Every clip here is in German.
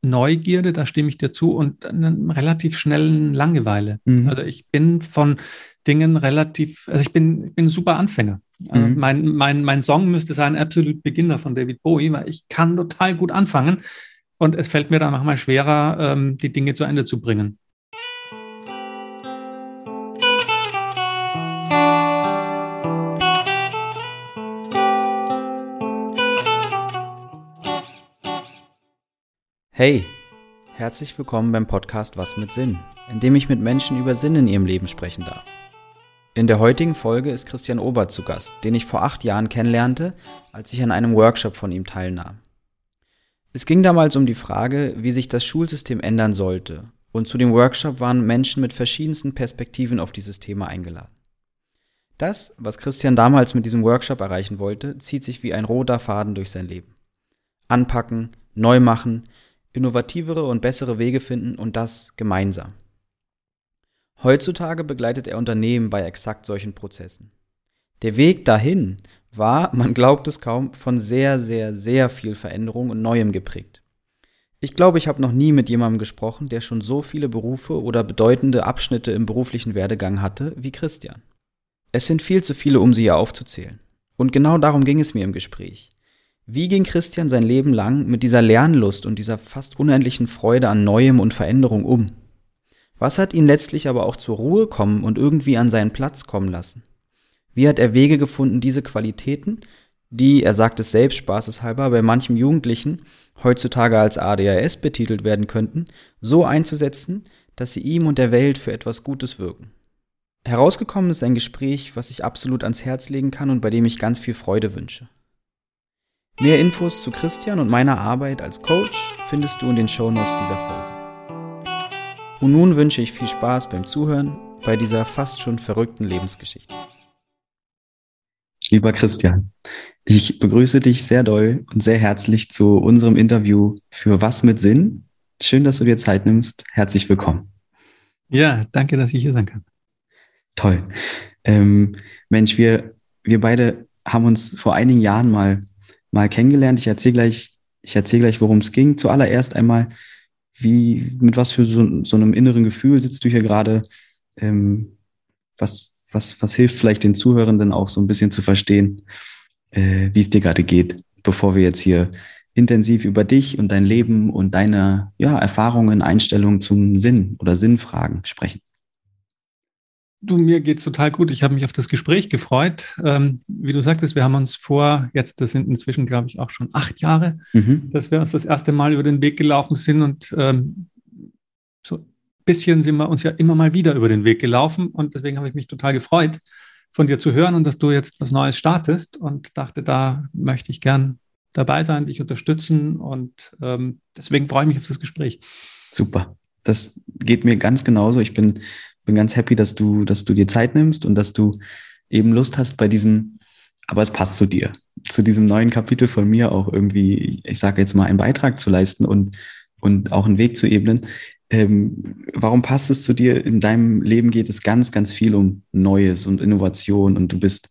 Neugierde, da stimme ich dir zu, und einer relativ schnellen Langeweile. Also ich bin von Dingen ich bin ein super Anfänger. Mein Song müsste sein Absolute Beginner von David Bowie, weil ich kann total gut anfangen und es fällt mir dann manchmal schwerer, die Dinge zu Ende zu bringen. Hey, herzlich willkommen beim Podcast Was mit Sinn, in dem ich mit Menschen über Sinn in ihrem Leben sprechen darf. In der heutigen Folge ist Christian Obert zu Gast, den ich vor 8 Jahren kennenlernte, als ich an einem Workshop von ihm teilnahm. Es ging damals um die Frage, wie sich das Schulsystem ändern sollte, und zu dem Workshop waren Menschen mit verschiedensten Perspektiven auf dieses Thema eingeladen. Das, was Christian damals mit diesem Workshop erreichen wollte, zieht sich wie ein roter Faden durch sein Leben. Anpacken, neu machen, innovativere und bessere Wege finden und das gemeinsam. Heutzutage begleitet er Unternehmen bei exakt solchen Prozessen. Der Weg dahin war, man glaubt es kaum, von sehr, sehr, sehr viel Veränderung und Neuem geprägt. Ich glaube, ich habe noch nie mit jemandem gesprochen, der schon so viele Berufe oder bedeutende Abschnitte im beruflichen Werdegang hatte wie Christian. Es sind viel zu viele, um sie hier aufzuzählen. Und genau darum ging es mir im Gespräch. Wie ging Christian sein Leben lang mit dieser Lernlust und dieser fast unendlichen Freude an Neuem und Veränderung um? Was hat ihn letztlich aber auch zur Ruhe kommen und irgendwie an seinen Platz kommen lassen? Wie hat er Wege gefunden, diese Qualitäten, die, er sagt es selbst spaßeshalber, bei manchem Jugendlichen heutzutage als ADHS betitelt werden könnten, so einzusetzen, dass sie ihm und der Welt für etwas Gutes wirken? Herausgekommen ist ein Gespräch, was ich absolut ans Herz legen kann und bei dem ich ganz viel Freude wünsche. Mehr Infos zu Christian und meiner Arbeit als Coach findest du in den Shownotes dieser Folge. Und nun wünsche ich viel Spaß beim Zuhören bei dieser fast schon verrückten Lebensgeschichte. Lieber Christian, ich begrüße dich sehr doll und sehr herzlich zu unserem Interview für Was mit Sinn. Schön, dass du dir Zeit nimmst. Herzlich willkommen. Ja, danke, dass ich hier sein kann. Toll. Mensch, wir beide haben uns vor einigen Jahren mal kennengelernt. Ich erzähle gleich, worum es ging. Zuallererst einmal, mit was für so einem inneren Gefühl sitzt du hier gerade? Was hilft vielleicht den Zuhörenden auch so ein bisschen zu verstehen, wie es dir gerade geht, bevor wir jetzt hier intensiv über dich und dein Leben und deine Erfahrungen, Einstellungen zum Sinn oder Sinnfragen sprechen? Du, mir geht's total gut. Ich habe mich auf das Gespräch gefreut. Wie du sagtest, wir haben uns das sind inzwischen, glaube ich, auch schon 8 Jahre, dass wir uns das erste Mal über den Weg gelaufen sind, und so ein bisschen sind wir uns ja immer mal wieder über den Weg gelaufen, und deswegen habe ich mich total gefreut, von dir zu hören und dass du jetzt was Neues startest, und dachte, da möchte ich gern dabei sein, dich unterstützen, und deswegen freue ich mich auf das Gespräch. Super. Das geht mir ganz genauso. Ich bin ganz happy, dass du dir Zeit nimmst und dass du eben Lust hast bei diesem, aber es passt zu dir, zu diesem neuen Kapitel von mir auch irgendwie, ich sage jetzt mal, einen Beitrag zu leisten und auch einen Weg zu ebnen. Warum passt es zu dir? In deinem Leben geht es ganz, ganz viel um Neues und Innovation, und du bist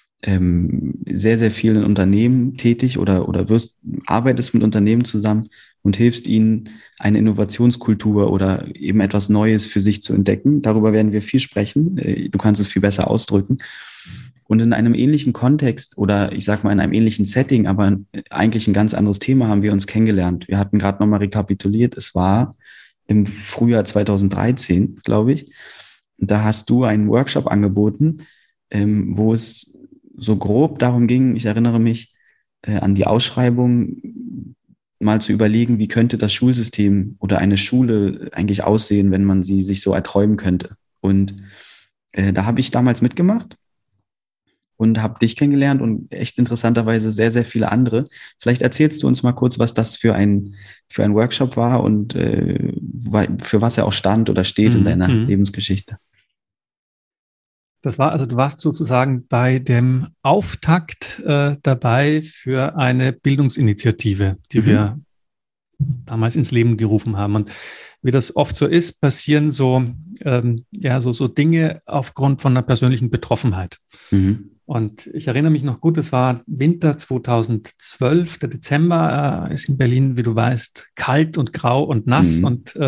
sehr, sehr viel in Unternehmen tätig oder arbeitest mit Unternehmen zusammen und hilfst ihnen, eine Innovationskultur oder eben etwas Neues für sich zu entdecken. Darüber werden wir viel sprechen. Du kannst es viel besser ausdrücken. Und in einem ähnlichen Kontext oder ich sag mal in einem ähnlichen Setting, aber eigentlich ein ganz anderes Thema, haben wir uns kennengelernt. Wir hatten gerade nochmal rekapituliert. Es war im Frühjahr 2013, glaube ich. Und da hast du einen Workshop angeboten, wo es so grob darum ging, ich erinnere mich an die Ausschreibung, mal zu überlegen, wie könnte das Schulsystem oder eine Schule eigentlich aussehen, wenn man sie sich so erträumen könnte. Und da habe ich damals mitgemacht und habe dich kennengelernt und echt interessanterweise sehr, sehr viele andere. Vielleicht erzählst du uns mal kurz, was das für ein Workshop war und für was er auch stand oder steht in deiner Lebensgeschichte. Du warst sozusagen bei dem Auftakt dabei für eine Bildungsinitiative, die wir damals ins Leben gerufen haben. Und wie das oft so ist, passieren so Dinge aufgrund von einer persönlichen Betroffenheit. Und ich erinnere mich noch gut, es war Winter 2012, der Dezember ist in Berlin, wie du weißt, kalt und grau und nass und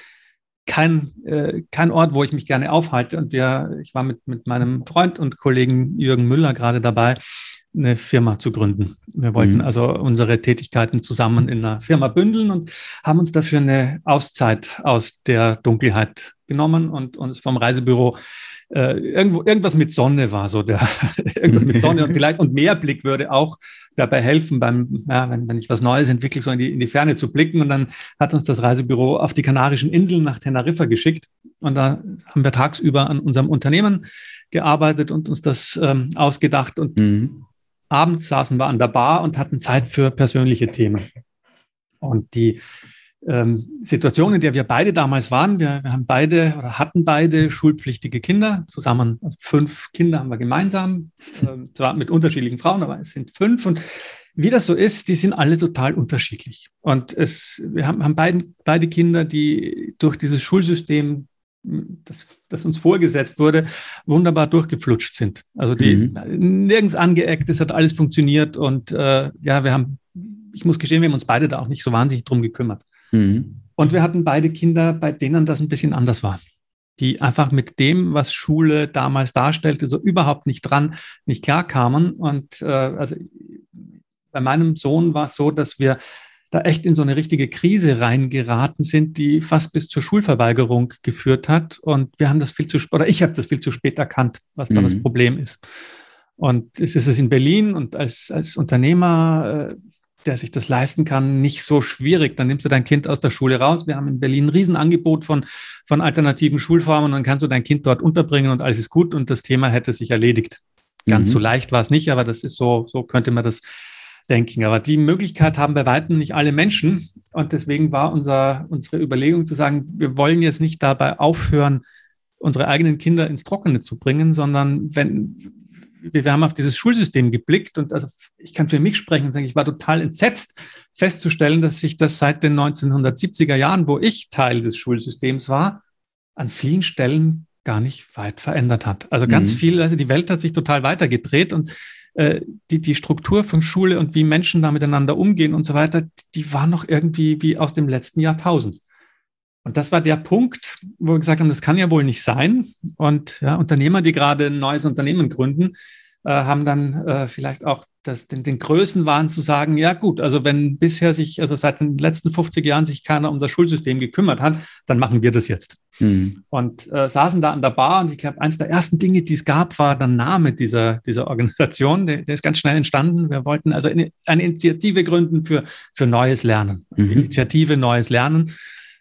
kein Ort, wo ich mich gerne aufhalte. Und ich war mit meinem Freund und Kollegen Jürgen Müller gerade dabei, eine Firma zu gründen. Wir wollten also unsere Tätigkeiten zusammen in einer Firma bündeln und haben uns dafür eine Auszeit aus der Dunkelheit genommen und uns vom Reisebüro irgendwas mit Sonne war so irgendwas mit Sonne und vielleicht und Meerblick würde auch dabei helfen, wenn ich was Neues entwickle, so in die Ferne zu blicken. Und dann hat uns das Reisebüro auf die Kanarischen Inseln nach Teneriffa geschickt. Und da haben wir tagsüber an unserem Unternehmen gearbeitet und uns das ausgedacht. Und abends saßen wir an der Bar und hatten Zeit für persönliche Themen. Und die Situation, in der wir beide damals waren, wir hatten beide schulpflichtige Kinder zusammen, also 5 Kinder haben wir gemeinsam, zwar mit unterschiedlichen Frauen, aber es sind 5 und wie das so ist, die sind alle total unterschiedlich. Und wir haben beide Kinder, die durch dieses Schulsystem, das uns vorgesetzt wurde, wunderbar durchgeflutscht sind. Also die nirgends angeeckt, es hat alles funktioniert und ich muss gestehen, wir haben uns beide da auch nicht so wahnsinnig drum gekümmert. Und wir hatten beide Kinder, bei denen das ein bisschen anders war. Die einfach mit dem, was Schule damals darstellte, so überhaupt nicht klar kamen. Und also bei meinem Sohn war es so, dass wir da echt in so eine richtige Krise reingeraten sind, die fast bis zur Schulverweigerung geführt hat. Und ich habe das viel zu spät erkannt, was da das Problem ist. Und es ist in Berlin und als Unternehmer, der sich das leisten kann, nicht so schwierig. Dann nimmst du dein Kind aus der Schule raus. Wir haben in Berlin ein Riesenangebot von alternativen Schulformen und dann kannst du dein Kind dort unterbringen und alles ist gut und das Thema hätte sich erledigt. Ganz so leicht war es nicht, aber das ist so könnte man das denken. Aber die Möglichkeit haben bei weitem nicht alle Menschen und deswegen war unsere Überlegung zu sagen, wir wollen jetzt nicht dabei aufhören, unsere eigenen Kinder ins Trockene zu bringen, sondern wir haben auf dieses Schulsystem geblickt und also ich kann für mich sprechen und sagen, ich war total entsetzt festzustellen, dass sich das seit den 1970er Jahren, wo ich Teil des Schulsystems war, an vielen Stellen gar nicht weit verändert hat. Also ganz viel, also die Welt hat sich total weitergedreht und die Struktur von Schule und wie Menschen da miteinander umgehen und so weiter, die war noch irgendwie wie aus dem letzten Jahrtausend. Und das war der Punkt, wo wir gesagt haben, das kann ja wohl nicht sein. Und ja, Unternehmer, die gerade ein neues Unternehmen gründen, haben dann vielleicht auch den Größenwahn zu sagen, ja gut, also wenn bisher seit den letzten 50 Jahren sich keiner um das Schulsystem gekümmert hat, dann machen wir das jetzt. Und saßen da an der Bar und ich glaube, eins der ersten Dinge, die es gab, war der Name dieser Organisation. Der ist ganz schnell entstanden. Wir wollten also eine Initiative gründen für neues Lernen. Also die Initiative Neues Lernen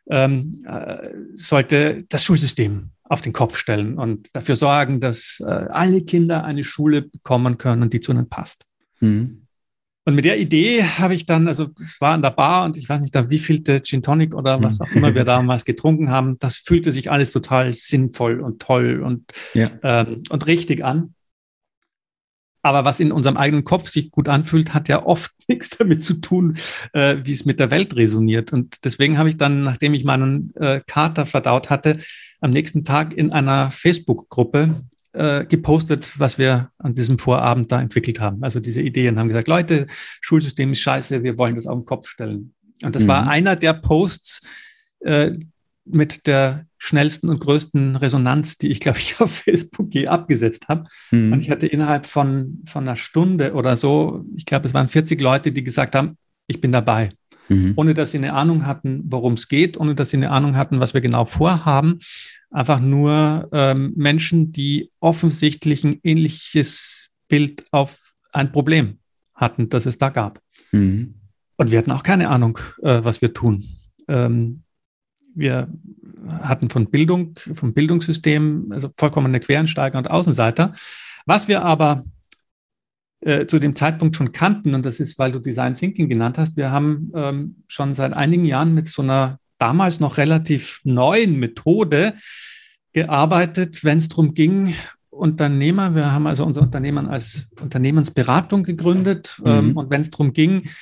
sollte das Schulsystem auf den Kopf stellen und dafür sorgen, dass alle Kinder eine Schule bekommen können, die zu ihnen passt. Und mit der Idee habe ich dann, also es war an der Bar und ich weiß nicht, da wievielte Gin Tonic oder was auch immer wir damals getrunken haben, das fühlte sich alles total sinnvoll und toll und richtig an. Aber was in unserem eigenen Kopf sich gut anfühlt, hat ja oft nichts damit zu tun, wie es mit der Welt resoniert. Und deswegen habe ich dann, nachdem ich meinen Kater verdaut hatte, am nächsten Tag in einer Facebook-Gruppe gepostet, was wir an diesem Vorabend da entwickelt haben. Also diese Ideen, haben gesagt, Leute, Schulsystem ist scheiße, wir wollen das auf den Kopf stellen. Und das war einer der Posts mit der schnellsten und größten Resonanz, die ich, glaube ich, auf Facebook je abgesetzt habe. Und ich hatte innerhalb von einer Stunde oder so, ich glaube, es waren 40 Leute, die gesagt haben, ich bin dabei. Ohne dass sie eine Ahnung hatten, worum es geht, ohne dass sie eine Ahnung hatten, was wir genau vorhaben. Einfach nur Menschen, die offensichtlich ein ähnliches Bild auf ein Problem hatten, das es da gab. Und wir hatten auch keine Ahnung, was wir tun. Wir hatten vom Bildungssystem, also vollkommene Quereinsteiger und Außenseiter. Was wir aber zu dem Zeitpunkt schon kannten, und das ist, weil du Design Thinking genannt hast, wir haben schon seit einigen Jahren mit so einer damals noch relativ neuen Methode gearbeitet, wenn es darum ging, wir haben also unser Unternehmen als Unternehmensberatung gegründet und wenn es darum ging,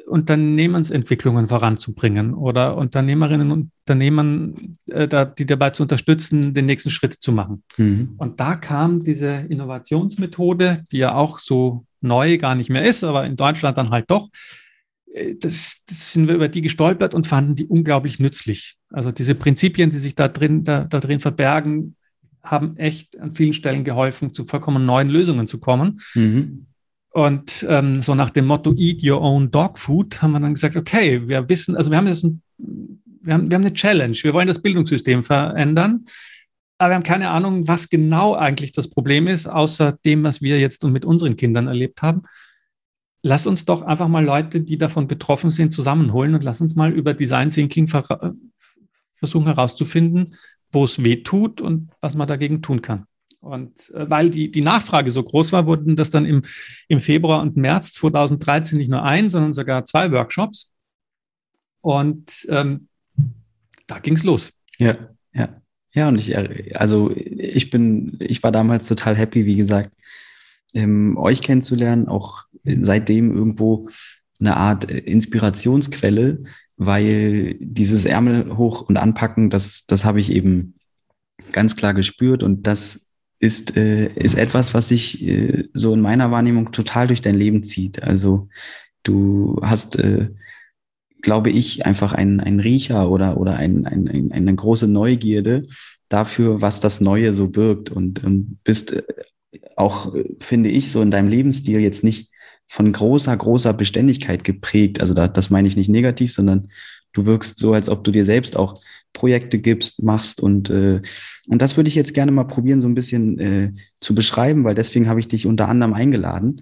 Unternehmensentwicklungen voranzubringen oder Unternehmerinnen und Unternehmen, die dabei zu unterstützen, den nächsten Schritt zu machen. Und da kam diese Innovationsmethode, die ja auch so neu gar nicht mehr ist, aber in Deutschland dann halt doch. Das sind wir über die gestolpert und fanden die unglaublich nützlich. Also diese Prinzipien, die sich da drin verbergen, haben echt an vielen Stellen geholfen, zu vollkommen neuen Lösungen zu kommen. Und so nach dem Motto Eat Your Own Dog Food haben wir dann gesagt, okay, wir wissen, also wir haben eine Challenge, wir wollen das Bildungssystem verändern, aber wir haben keine Ahnung, was genau eigentlich das Problem ist, außer dem, was wir jetzt mit unseren Kindern erlebt haben. Lass uns doch einfach mal Leute, die davon betroffen sind, zusammenholen und lass uns mal über Design Thinking versuchen herauszufinden, wo es weh tut und was man dagegen tun kann. Und weil die Nachfrage so groß war, wurden das dann im Februar und März 2013 nicht nur ein, sondern sogar 2 Workshops. Und da ging es los. Ja. Und ich war damals total happy, wie gesagt, euch kennenzulernen, auch seitdem irgendwo eine Art Inspirationsquelle, weil dieses Ärmel hoch und anpacken, das habe ich eben ganz klar gespürt und das ist etwas, was sich so in meiner Wahrnehmung total durch dein Leben zieht. Also du hast, glaube ich, einfach einen Riecher oder eine große Neugierde dafür, was das Neue so birgt und bist auch, finde ich, so in deinem Lebensstil jetzt nicht von großer Beständigkeit geprägt. Also das meine ich nicht negativ, sondern du wirkst so, als ob du dir selbst auch Projekte machst und das würde ich jetzt gerne mal probieren, so ein bisschen zu beschreiben, weil deswegen habe ich dich unter anderem eingeladen,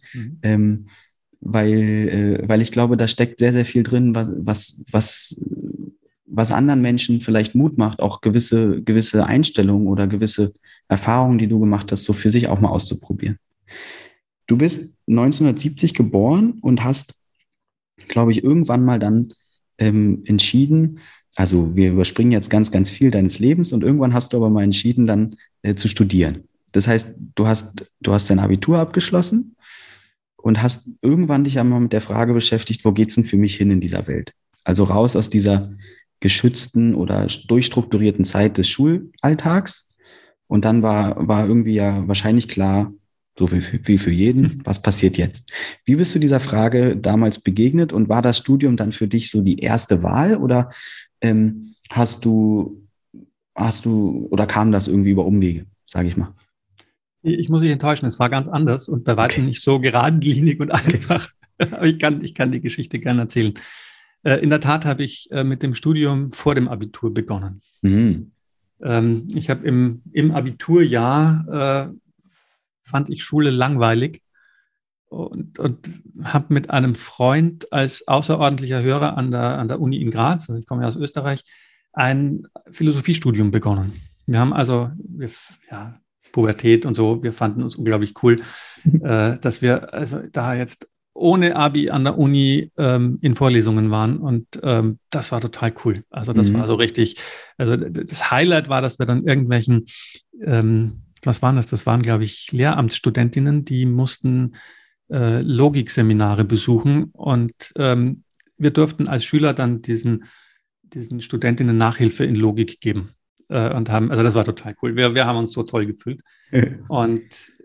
weil ich glaube, da steckt sehr, sehr viel drin, was anderen Menschen vielleicht Mut macht, auch gewisse Einstellungen oder gewisse Erfahrungen, die du gemacht hast, so für sich auch mal auszuprobieren. Du bist 1970 geboren und hast, glaube ich, irgendwann mal dann entschieden, also wir überspringen jetzt ganz, ganz viel deines Lebens und irgendwann hast du aber mal entschieden, dann zu studieren. Das heißt, du hast dein Abitur abgeschlossen und hast irgendwann dich einmal mit der Frage beschäftigt, wo geht's denn für mich hin in dieser Welt? Also raus aus dieser geschützten oder durchstrukturierten Zeit des Schulalltags. Und dann war irgendwie ja wahrscheinlich klar, so wie für jeden, was passiert jetzt? Wie bist du dieser Frage damals begegnet und war das Studium dann für dich so die erste Wahl oder hast du oder kam das irgendwie über Umwege, sage ich mal? Ich muss dich enttäuschen, es war ganz anders und bei weitem nicht so geradlinig und einfach. Aber ich kann die Geschichte gerne erzählen. In der Tat habe ich mit dem Studium vor dem Abitur begonnen. Ich habe im Abiturjahr fand ich Schule langweilig und habe mit einem Freund als außerordentlicher Hörer an der Uni in Graz, also ich komme ja aus Österreich, ein Philosophiestudium begonnen. Wir haben also Pubertät und so, wir fanden uns unglaublich cool, dass wir also da jetzt ohne Abi an der Uni in Vorlesungen waren und das war total cool. Also das war so richtig, also das Highlight war, dass wir dann irgendwelchen, was waren das? Das waren, glaube ich, Lehramtsstudentinnen, die mussten Logikseminare besuchen und wir durften als Schüler dann diesen Studentinnen Nachhilfe in Logik geben und haben, also das war total cool. Wir haben uns so toll gefühlt und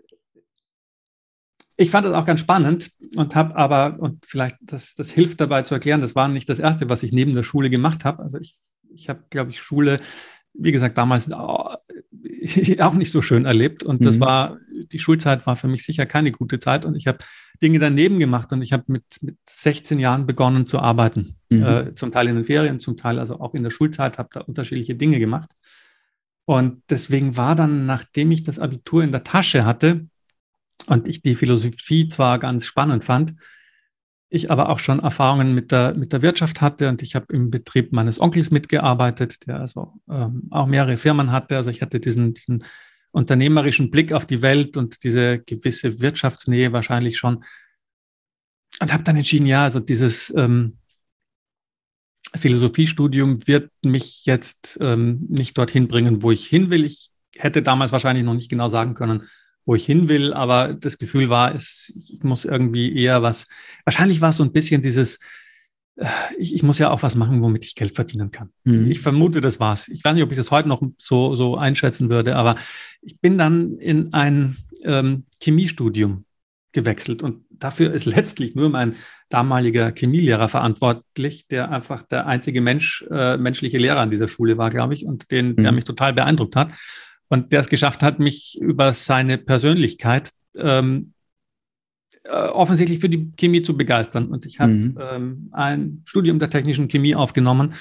ich fand das auch ganz spannend und habe aber, und vielleicht das hilft dabei zu erklären, das war nicht das Erste, was ich neben der Schule gemacht habe. Also ich habe, glaube ich, Schule, wie gesagt, damals auch nicht so schön erlebt. Und die Schulzeit war für mich sicher keine gute Zeit. Und ich habe Dinge daneben gemacht und ich habe mit 16 Jahren begonnen zu arbeiten. Zum Teil in den Ferien, zum Teil also auch in der Schulzeit, habe da unterschiedliche Dinge gemacht. Und deswegen war dann, nachdem ich das Abitur in der Tasche hatte, und ich die Philosophie zwar ganz spannend fand, ich aber auch schon Erfahrungen mit der Wirtschaft hatte und ich habe im Betrieb meines Onkels mitgearbeitet, der also auch mehrere Firmen hatte. Also ich hatte diesen unternehmerischen Blick auf die Welt und diese gewisse Wirtschaftsnähe wahrscheinlich schon und habe dann entschieden, ja, also dieses Philosophiestudium wird mich jetzt nicht dorthin bringen, wo ich hin will. Ich hätte damals wahrscheinlich noch nicht genau sagen können, wo ich hin will, aber das Gefühl war, ich muss irgendwie eher wahrscheinlich war es so ein bisschen dieses ich muss ja auch was machen, womit ich Geld verdienen kann. Ich vermute, das war's. Ich weiß nicht, ob ich das heute noch so einschätzen würde, aber ich bin dann in ein Chemiestudium gewechselt und dafür ist letztlich nur mein damaliger Chemielehrer verantwortlich, der einfach der einzige menschliche Lehrer an dieser Schule war, glaube ich, und der mich total beeindruckt hat und der es geschafft hat, mich über seine Persönlichkeit offensichtlich für die Chemie zu begeistern. Und ich habe ein Studium der technischen Chemie aufgenommen,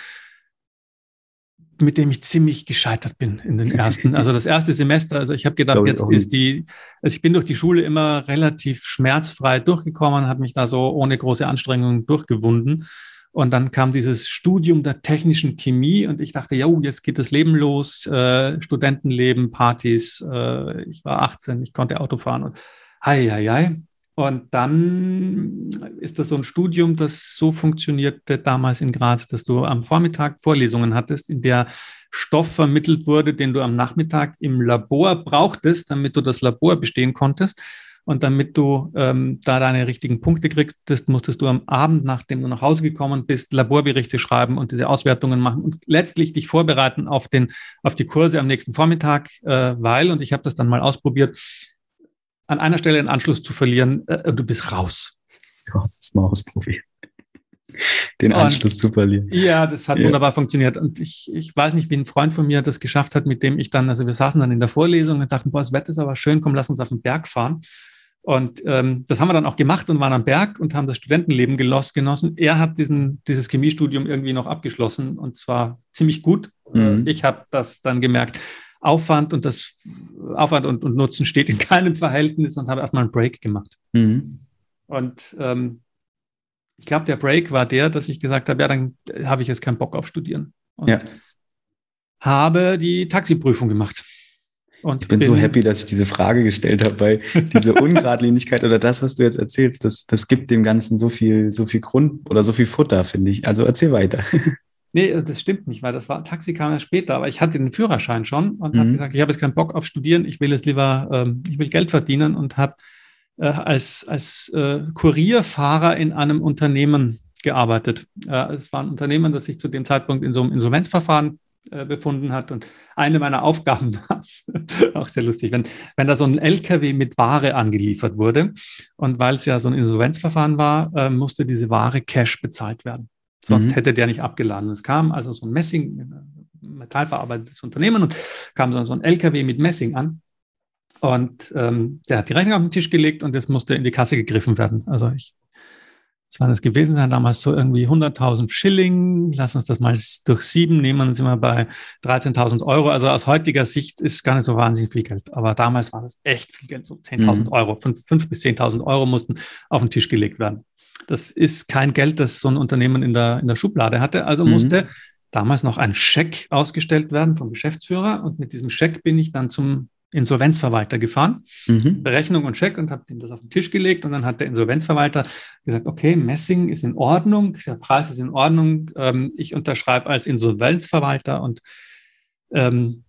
mit dem ich ziemlich gescheitert bin in den ersten, also das erste Semester. Also ich habe gedacht, ich bin durch die Schule immer relativ schmerzfrei durchgekommen, habe mich da so ohne große Anstrengungen durchgewunden. Und dann kam dieses Studium der technischen Chemie und ich dachte, ja, jetzt geht das Leben los, Studentenleben, Partys. Ich war 18, ich konnte Auto fahren und hei. Und dann ist das so ein Studium, das so funktionierte damals in Graz, dass du am Vormittag Vorlesungen hattest, in der Stoff vermittelt wurde, den du am Nachmittag im Labor brauchtest, damit du das Labor bestehen konntest. Und damit du da deine richtigen Punkte kriegst, musstest du am Abend, nachdem du nach Hause gekommen bist, Laborberichte schreiben und diese Auswertungen machen und letztlich dich vorbereiten auf die Kurse am nächsten Vormittag, und ich habe das dann mal ausprobiert, an einer Stelle einen Anschluss zu verlieren, du bist raus. Du hast es mal ausprobiert. Den Anschluss zu verlieren. Ja, das hat wunderbar funktioniert. Und ich weiß nicht, wie ein Freund von mir das geschafft hat, mit dem ich dann, also wir saßen dann in der Vorlesung und dachten, das Wetter ist aber schön, komm, lass uns auf den Berg fahren. Und das haben wir dann auch gemacht und waren am Berg und haben das Studentenleben genossen. Er hat dieses Chemiestudium irgendwie noch abgeschlossen und zwar ziemlich gut. Ich habe das dann gemerkt, Aufwand und Nutzen steht in keinem Verhältnis und habe erstmal einen Break gemacht. Und ich glaube, der Break war dass ich gesagt habe, ja, dann habe ich jetzt keinen Bock auf Studieren. Und habe die Taxiprüfung gemacht. Und ich bin so happy, dass ich diese Frage gestellt habe, weil diese Ungeradlinigkeit oder das, was du jetzt erzählst, das gibt dem Ganzen so viel Grund oder so viel Futter, finde ich. Also erzähl weiter. Nee, das stimmt nicht, weil Taxi kam ja später, aber ich hatte den Führerschein schon und habe gesagt, ich habe jetzt keinen Bock auf Studieren, ich will jetzt lieber, ich will Geld verdienen und habe als Kurierfahrer in einem Unternehmen gearbeitet. Es war ein Unternehmen, das sich zu dem Zeitpunkt in so einem Insolvenzverfahren befunden hat und eine meiner Aufgaben war es, auch sehr lustig, wenn da so ein LKW mit Ware angeliefert wurde und weil es ja so ein Insolvenzverfahren war, musste diese Ware Cash bezahlt werden. Sonst hätte der nicht abgeladen. Es kam also so ein metallverarbeitetes Unternehmen und kam so ein LKW mit Messing an. Und der hat die Rechnung auf den Tisch gelegt und es musste in die Kasse gegriffen werden. Also was war das gewesen sein? Damals so irgendwie 100.000 Schilling. Lass uns das mal durch 7 nehmen, dann sind wir bei 13.000 Euro. Also aus heutiger Sicht ist gar nicht so wahnsinnig viel Geld. Aber damals war das echt viel Geld, so 10.000 Euro. 5.000 bis 10.000 Euro mussten auf den Tisch gelegt werden. Das ist kein Geld, das so ein Unternehmen in der Schublade hatte. Also musste damals noch ein Scheck ausgestellt werden vom Geschäftsführer. Und mit diesem Scheck bin ich dann zum Insolvenzverwalter gefahren, Berechnung und Scheck, und habe ihm das auf den Tisch gelegt. Und dann hat der Insolvenzverwalter gesagt, okay, Messing ist in Ordnung, der Preis ist in Ordnung. Ich unterschreibe als Insolvenzverwalter und habe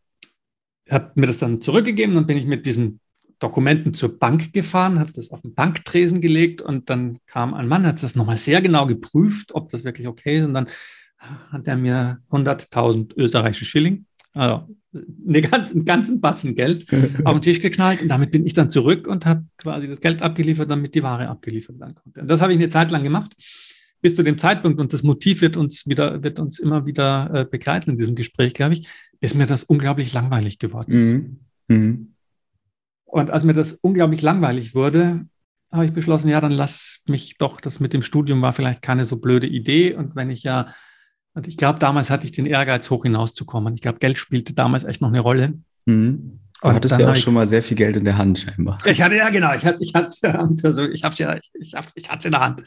mir das dann zurückgegeben. Und bin ich mit diesen Dokumenten zur Bank gefahren, habe das auf den Banktresen gelegt und dann kam ein Mann, hat das nochmal sehr genau geprüft, ob das wirklich okay ist, und dann hat er mir 100.000 österreichische Schilling, also einen ganzen Batzen Geld auf den Uns geknallt, und damit bin ich dann zurück und habe quasi das Geld abgeliefert, damit die Ware abgeliefert werden konnte. Und das habe ich eine Zeit lang gemacht, bis zu dem Zeitpunkt, und das Motiv wird uns immer wieder begleiten in diesem Gespräch, glaube ich, ist mir das unglaublich langweilig geworden ist. Und als mir das unglaublich langweilig wurde, habe ich beschlossen, ja, dann lass mich doch, das mit dem Studium war vielleicht keine so blöde Idee. Und ich glaube, damals hatte ich den Ehrgeiz, hoch hinauszukommen. Ich glaube, Geld spielte damals echt noch eine Rolle. Du hattest ja auch schon mal sehr viel Geld in der Hand, scheinbar. Ich hatte es in der Hand.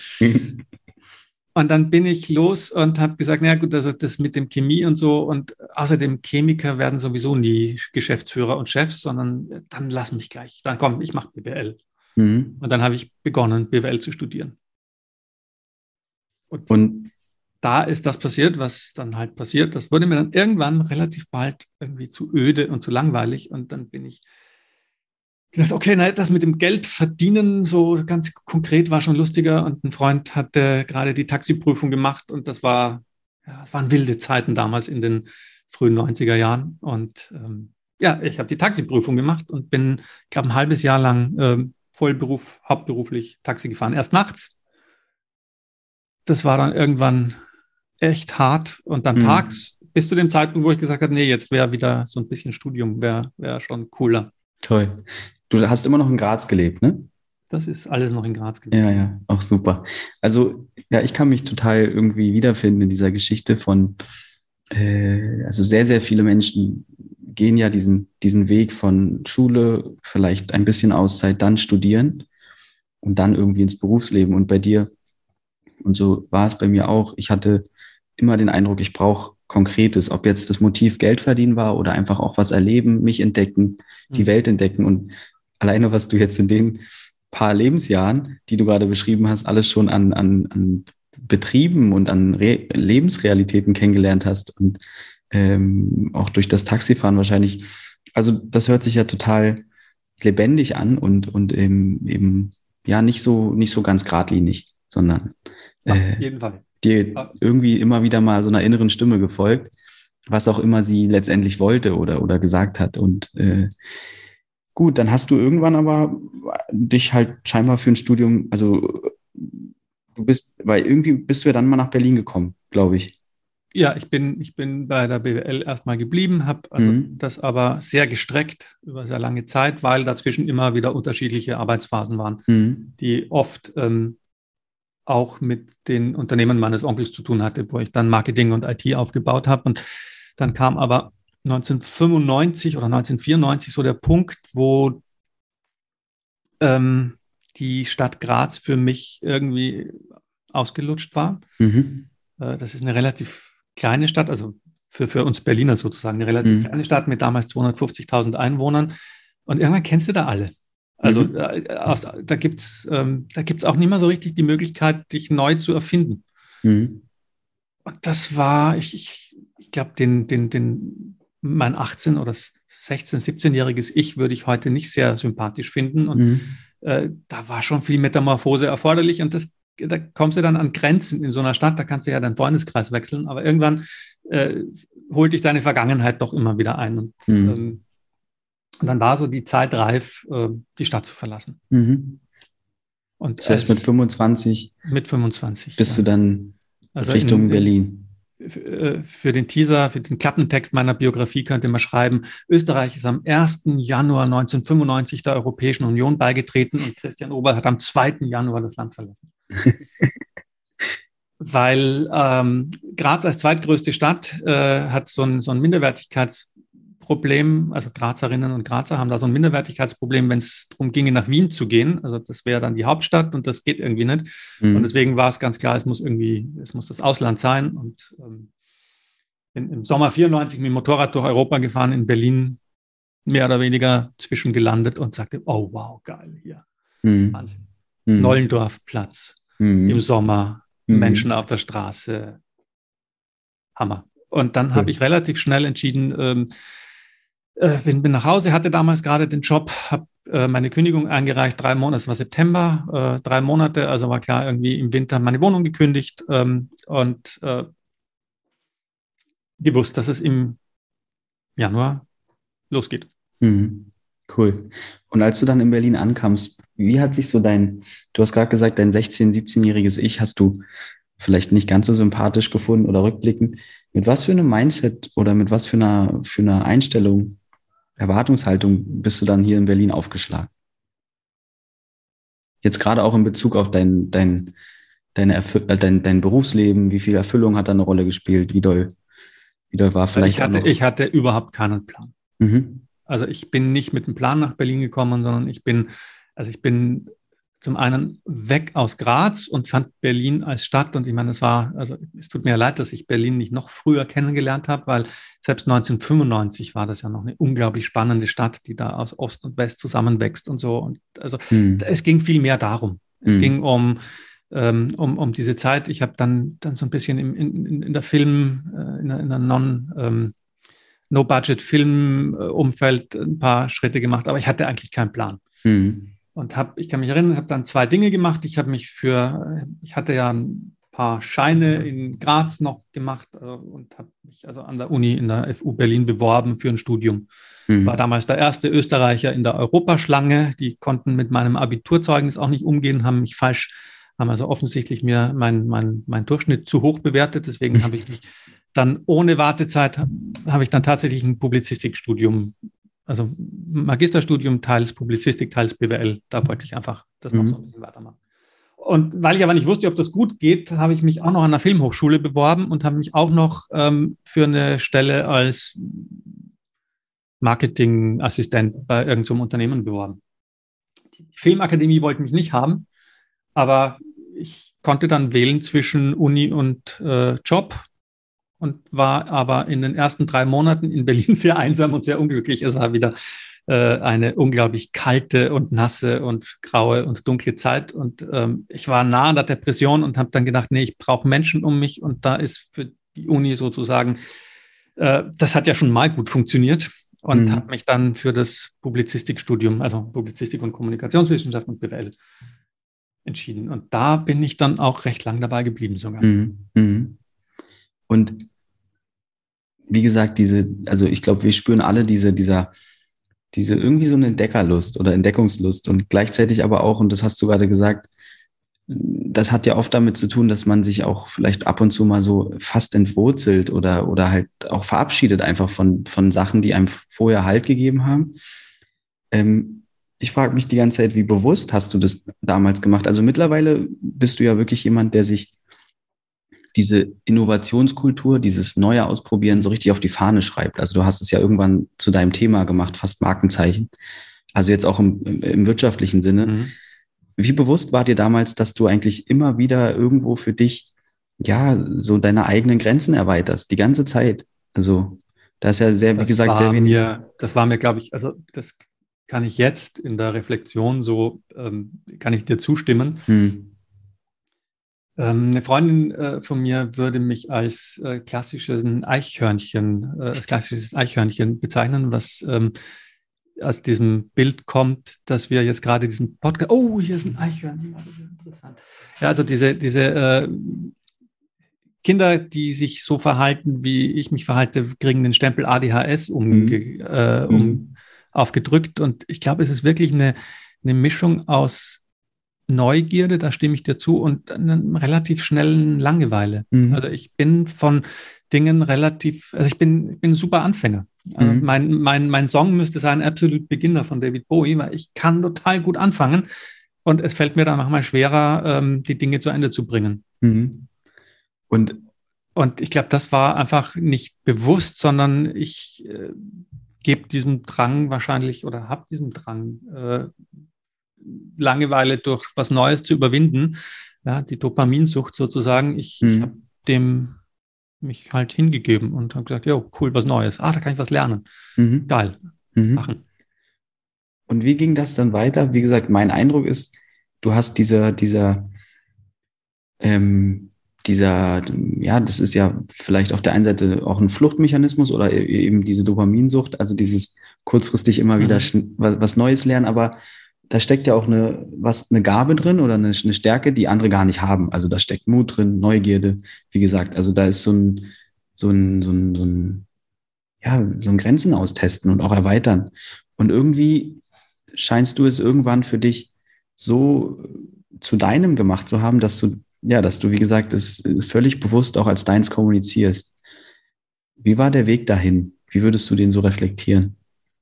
Und dann bin ich los und habe gesagt, naja gut, also das mit dem Chemie und so, und außerdem Chemiker werden sowieso nie Geschäftsführer und Chefs, sondern dann lass mich gleich. Dann komm, ich mache BWL. Und dann habe ich begonnen, BWL zu studieren. Und da ist das passiert, was dann halt passiert. Das wurde mir dann irgendwann relativ bald irgendwie zu öde und zu langweilig. Und dann bin ich gedacht, okay, na, das mit dem Geld verdienen so ganz konkret war schon lustiger. Und ein Freund hatte gerade die Taxiprüfung gemacht und das waren wilde Zeiten damals in den frühen 90er Jahren. Und ja, ich habe die Taxiprüfung gemacht und bin, ich glaube, ein halbes Jahr lang hauptberuflich Taxi gefahren. Erst nachts. Das war dann irgendwann echt hart. Und dann tags bis zu dem Zeitpunkt, wo ich gesagt habe, nee, jetzt wäre wieder so ein bisschen Studium, wäre schon cooler. Toll. Du hast immer noch in Graz gelebt, ne? Das ist alles noch in Graz gewesen. Ja, ja, auch super. Also, ja, ich kann mich total irgendwie wiederfinden in dieser Geschichte von, also sehr, sehr viele Menschen gehen ja diesen Weg von Schule, vielleicht ein bisschen Auszeit, dann studieren und dann irgendwie ins Berufsleben. Und bei dir, und so war es bei mir auch, ich hatte immer den Eindruck, ich brauche Konkretes, ob jetzt das Motiv Geld verdienen war oder einfach auch was erleben, mich entdecken, die Welt entdecken. Und alleine, was du jetzt in den paar Lebensjahren, die du gerade beschrieben hast, alles schon an Betrieben und an Lebensrealitäten kennengelernt hast und auch durch das Taxifahren wahrscheinlich. Also das hört sich ja total lebendig an und eben ja nicht so ganz geradlinig, sondern auf jeden Fall dir irgendwie immer wieder mal so einer inneren Stimme gefolgt, was auch immer sie letztendlich wollte oder gesagt hat. Und gut, dann hast du irgendwann aber dich halt scheinbar für ein Studium, also weil irgendwie bist du ja dann mal nach Berlin gekommen, glaube ich. Ja, ich bin bei der BWL erstmal geblieben, habe das aber sehr gestreckt über sehr lange Zeit, weil dazwischen immer wieder unterschiedliche Arbeitsphasen waren, die oft auch mit den Unternehmen meines Onkels zu tun hatte, wo ich dann Marketing und IT aufgebaut habe. Und dann kam aber 1995 oder 1994 so der Punkt, wo die Stadt Graz für mich irgendwie ausgelutscht war. Das ist eine relativ kleine Stadt, also für uns Berliner sozusagen, eine relativ kleine Stadt mit damals 250.000 Einwohnern. Und irgendwann kennst du da alle. Also da gibt's auch nicht mehr so richtig die Möglichkeit, dich neu zu erfinden. Und das war, ich glaube, mein 18- oder 16-, 17-jähriges Ich würde ich heute nicht sehr sympathisch finden. Und da war schon viel Metamorphose erforderlich. Und da kommst du dann an Grenzen in so einer Stadt, da kannst du ja deinen Freundeskreis wechseln. Aber irgendwann holt dich deine Vergangenheit doch immer wieder ein. Und dann war so die Zeit reif, die Stadt zu verlassen. Und das heißt, mit 25? Mit 25. Bist du dann Richtung Berlin? Für den Teaser, für den Klappentext meiner Biografie könnte man schreiben, Österreich ist am 1. Januar 1995 der Europäischen Union beigetreten und Christian Ober hat am 2. Januar das Land verlassen. Weil Graz als zweitgrößte Stadt hat so ein Minderwertigkeitsproblem, also Grazerinnen und Grazer haben da so ein Minderwertigkeitsproblem, wenn es darum ginge, nach Wien zu gehen. Also das wäre dann die Hauptstadt und das geht irgendwie nicht. Und deswegen war es ganz klar, es muss das Ausland sein. Und im Sommer 94 mit dem Motorrad durch Europa gefahren, in Berlin mehr oder weniger zwischengelandet und sagte, oh wow, geil hier. Wahnsinn. Nollendorfplatz im Sommer. Menschen auf der Straße. Hammer. Und dann habe ich relativ schnell entschieden, bin nach Hause, hatte damals gerade den Job, habe meine Kündigung eingereicht, 3 Monate, es war September, 3 Monate, also war klar, irgendwie im Winter meine Wohnung gekündigt und gewusst, dass es im Januar losgeht. Cool. Und als du dann in Berlin ankamst, wie hat sich so du hast gerade gesagt, dein 16-, 17-jähriges Ich hast du vielleicht nicht ganz so sympathisch gefunden oder rückblickend. Mit was für einem Mindset oder mit was für einer Einstellung, Erwartungshaltung bist du dann hier in Berlin aufgeschlagen? Jetzt gerade auch in Bezug auf dein Berufsleben, wie viel Erfüllung hat da eine Rolle gespielt? Wie doll war vielleicht ich hatte überhaupt keinen Plan. Also ich bin nicht mit einem Plan nach Berlin gekommen, sondern ich bin zum einen weg aus Graz und fand Berlin als Stadt. Und ich meine, es tut mir leid, dass ich Berlin nicht noch früher kennengelernt habe, weil selbst 1995 war das ja noch eine unglaublich spannende Stadt, die da aus Ost und West zusammenwächst und so. Und also es ging viel mehr darum. Es ging um diese Zeit. Ich habe dann so ein bisschen in der No-Budget-Film-Umfeld ein paar Schritte gemacht, aber ich hatte eigentlich keinen Plan. Und ich kann mich erinnern, habe dann 2 Dinge gemacht. Ich hatte ja ein paar Scheine in Graz noch gemacht und habe mich also an der Uni in der FU Berlin beworben für ein Studium. War damals der erste Österreicher in der Europaschlange. Die konnten mit meinem Abiturzeugnis auch nicht umgehen, haben also offensichtlich mir mein Durchschnitt zu hoch bewertet. Deswegen habe ich mich dann ohne Wartezeit, habe ich dann tatsächlich ein Publizistikstudium, also Magisterstudium, teils Publizistik, teils BWL. Da wollte ich einfach das noch so ein bisschen weitermachen. Und weil ich aber nicht wusste, ob das gut geht, habe ich mich auch noch an der Filmhochschule beworben und habe mich auch noch für eine Stelle als Marketingassistent bei irgendeinem Unternehmen beworben. Die Filmakademie wollte mich nicht haben, aber ich konnte dann wählen zwischen Uni und Job und war aber in den ersten 3 Monaten in Berlin sehr einsam und sehr unglücklich. Es war wieder eine unglaublich kalte und nasse und graue und dunkle Zeit. Und ich war nah an der Depression und habe dann gedacht, nee, ich brauche Menschen um mich. Und da ist für die Uni sozusagen, das hat ja schon mal gut funktioniert. Und habe mich dann für das Publizistikstudium, also Publizistik und Kommunikationswissenschaft und BWL, entschieden. Und da bin ich dann auch recht lang dabei geblieben sogar. Und wie gesagt, also ich glaube, wir spüren alle diese irgendwie so eine Entdeckerlust oder Entdeckungslust und gleichzeitig aber auch, und das hast du gerade gesagt, das hat ja oft damit zu tun, dass man sich auch vielleicht ab und zu mal so fast entwurzelt oder halt auch verabschiedet einfach von Sachen, die einem vorher Halt gegeben haben. Ich frage mich die ganze Zeit, wie bewusst hast du das damals gemacht? Also mittlerweile bist du ja wirklich jemand, der sich diese Innovationskultur, dieses neue Ausprobieren so richtig auf die Fahne schreibt. Also du hast es ja irgendwann zu deinem Thema gemacht, fast Markenzeichen. Also jetzt auch im wirtschaftlichen Sinne. Wie bewusst war dir damals, dass du eigentlich immer wieder irgendwo für dich, ja, so deine eigenen Grenzen erweiterst, die ganze Zeit? Also da ist ja sehr, wie gesagt, sehr wenig. Das war mir, glaube ich, also das kann ich jetzt in der Reflexion so, kann ich dir zustimmen. Eine Freundin von mir würde mich als klassisches Eichhörnchen bezeichnen, was aus diesem Bild kommt, dass wir jetzt gerade diesen Podcast, oh, hier ist ein Eichhörnchen, das ist interessant. Ja, also diese Kinder, die sich so verhalten, wie ich mich verhalte, kriegen den Stempel ADHS aufgedrückt. Und ich glaube, es ist wirklich eine Mischung aus Neugierde, da stimme ich dir zu, und einer relativ schnellen Langeweile. Also ich bin von Dingen ich bin ein super Anfänger. Also mein Song müsste sein Absolute Beginner von David Bowie, weil ich kann total gut anfangen und es fällt mir dann manchmal schwerer, die Dinge zu Ende zu bringen. Und ich glaube, das war einfach nicht bewusst, sondern ich gebe diesem Drang wahrscheinlich oder habe diesen Drang, Langeweile durch was Neues zu überwinden, ja, die Dopaminsucht sozusagen. Ich habe dem mich halt hingegeben und habe gesagt, ja, cool, was Neues. Da kann ich was lernen. Geil, machen. Und wie ging das dann weiter? Wie gesagt, mein Eindruck ist, du hast ja, das ist ja vielleicht auf der einen Seite auch ein Fluchtmechanismus oder eben diese Dopaminsucht, also dieses kurzfristig immer wieder was Neues lernen, aber da steckt ja auch eine Gabe drin oder eine Stärke, die andere gar nicht haben. Also da steckt Mut drin, Neugierde, wie gesagt. Also da ist so ein Grenzen austesten und auch erweitern. Und irgendwie scheinst du es irgendwann für dich so zu deinem gemacht zu haben, dass du, wie gesagt, es völlig bewusst auch als deins kommunizierst. Wie war der Weg dahin? Wie würdest du den so reflektieren?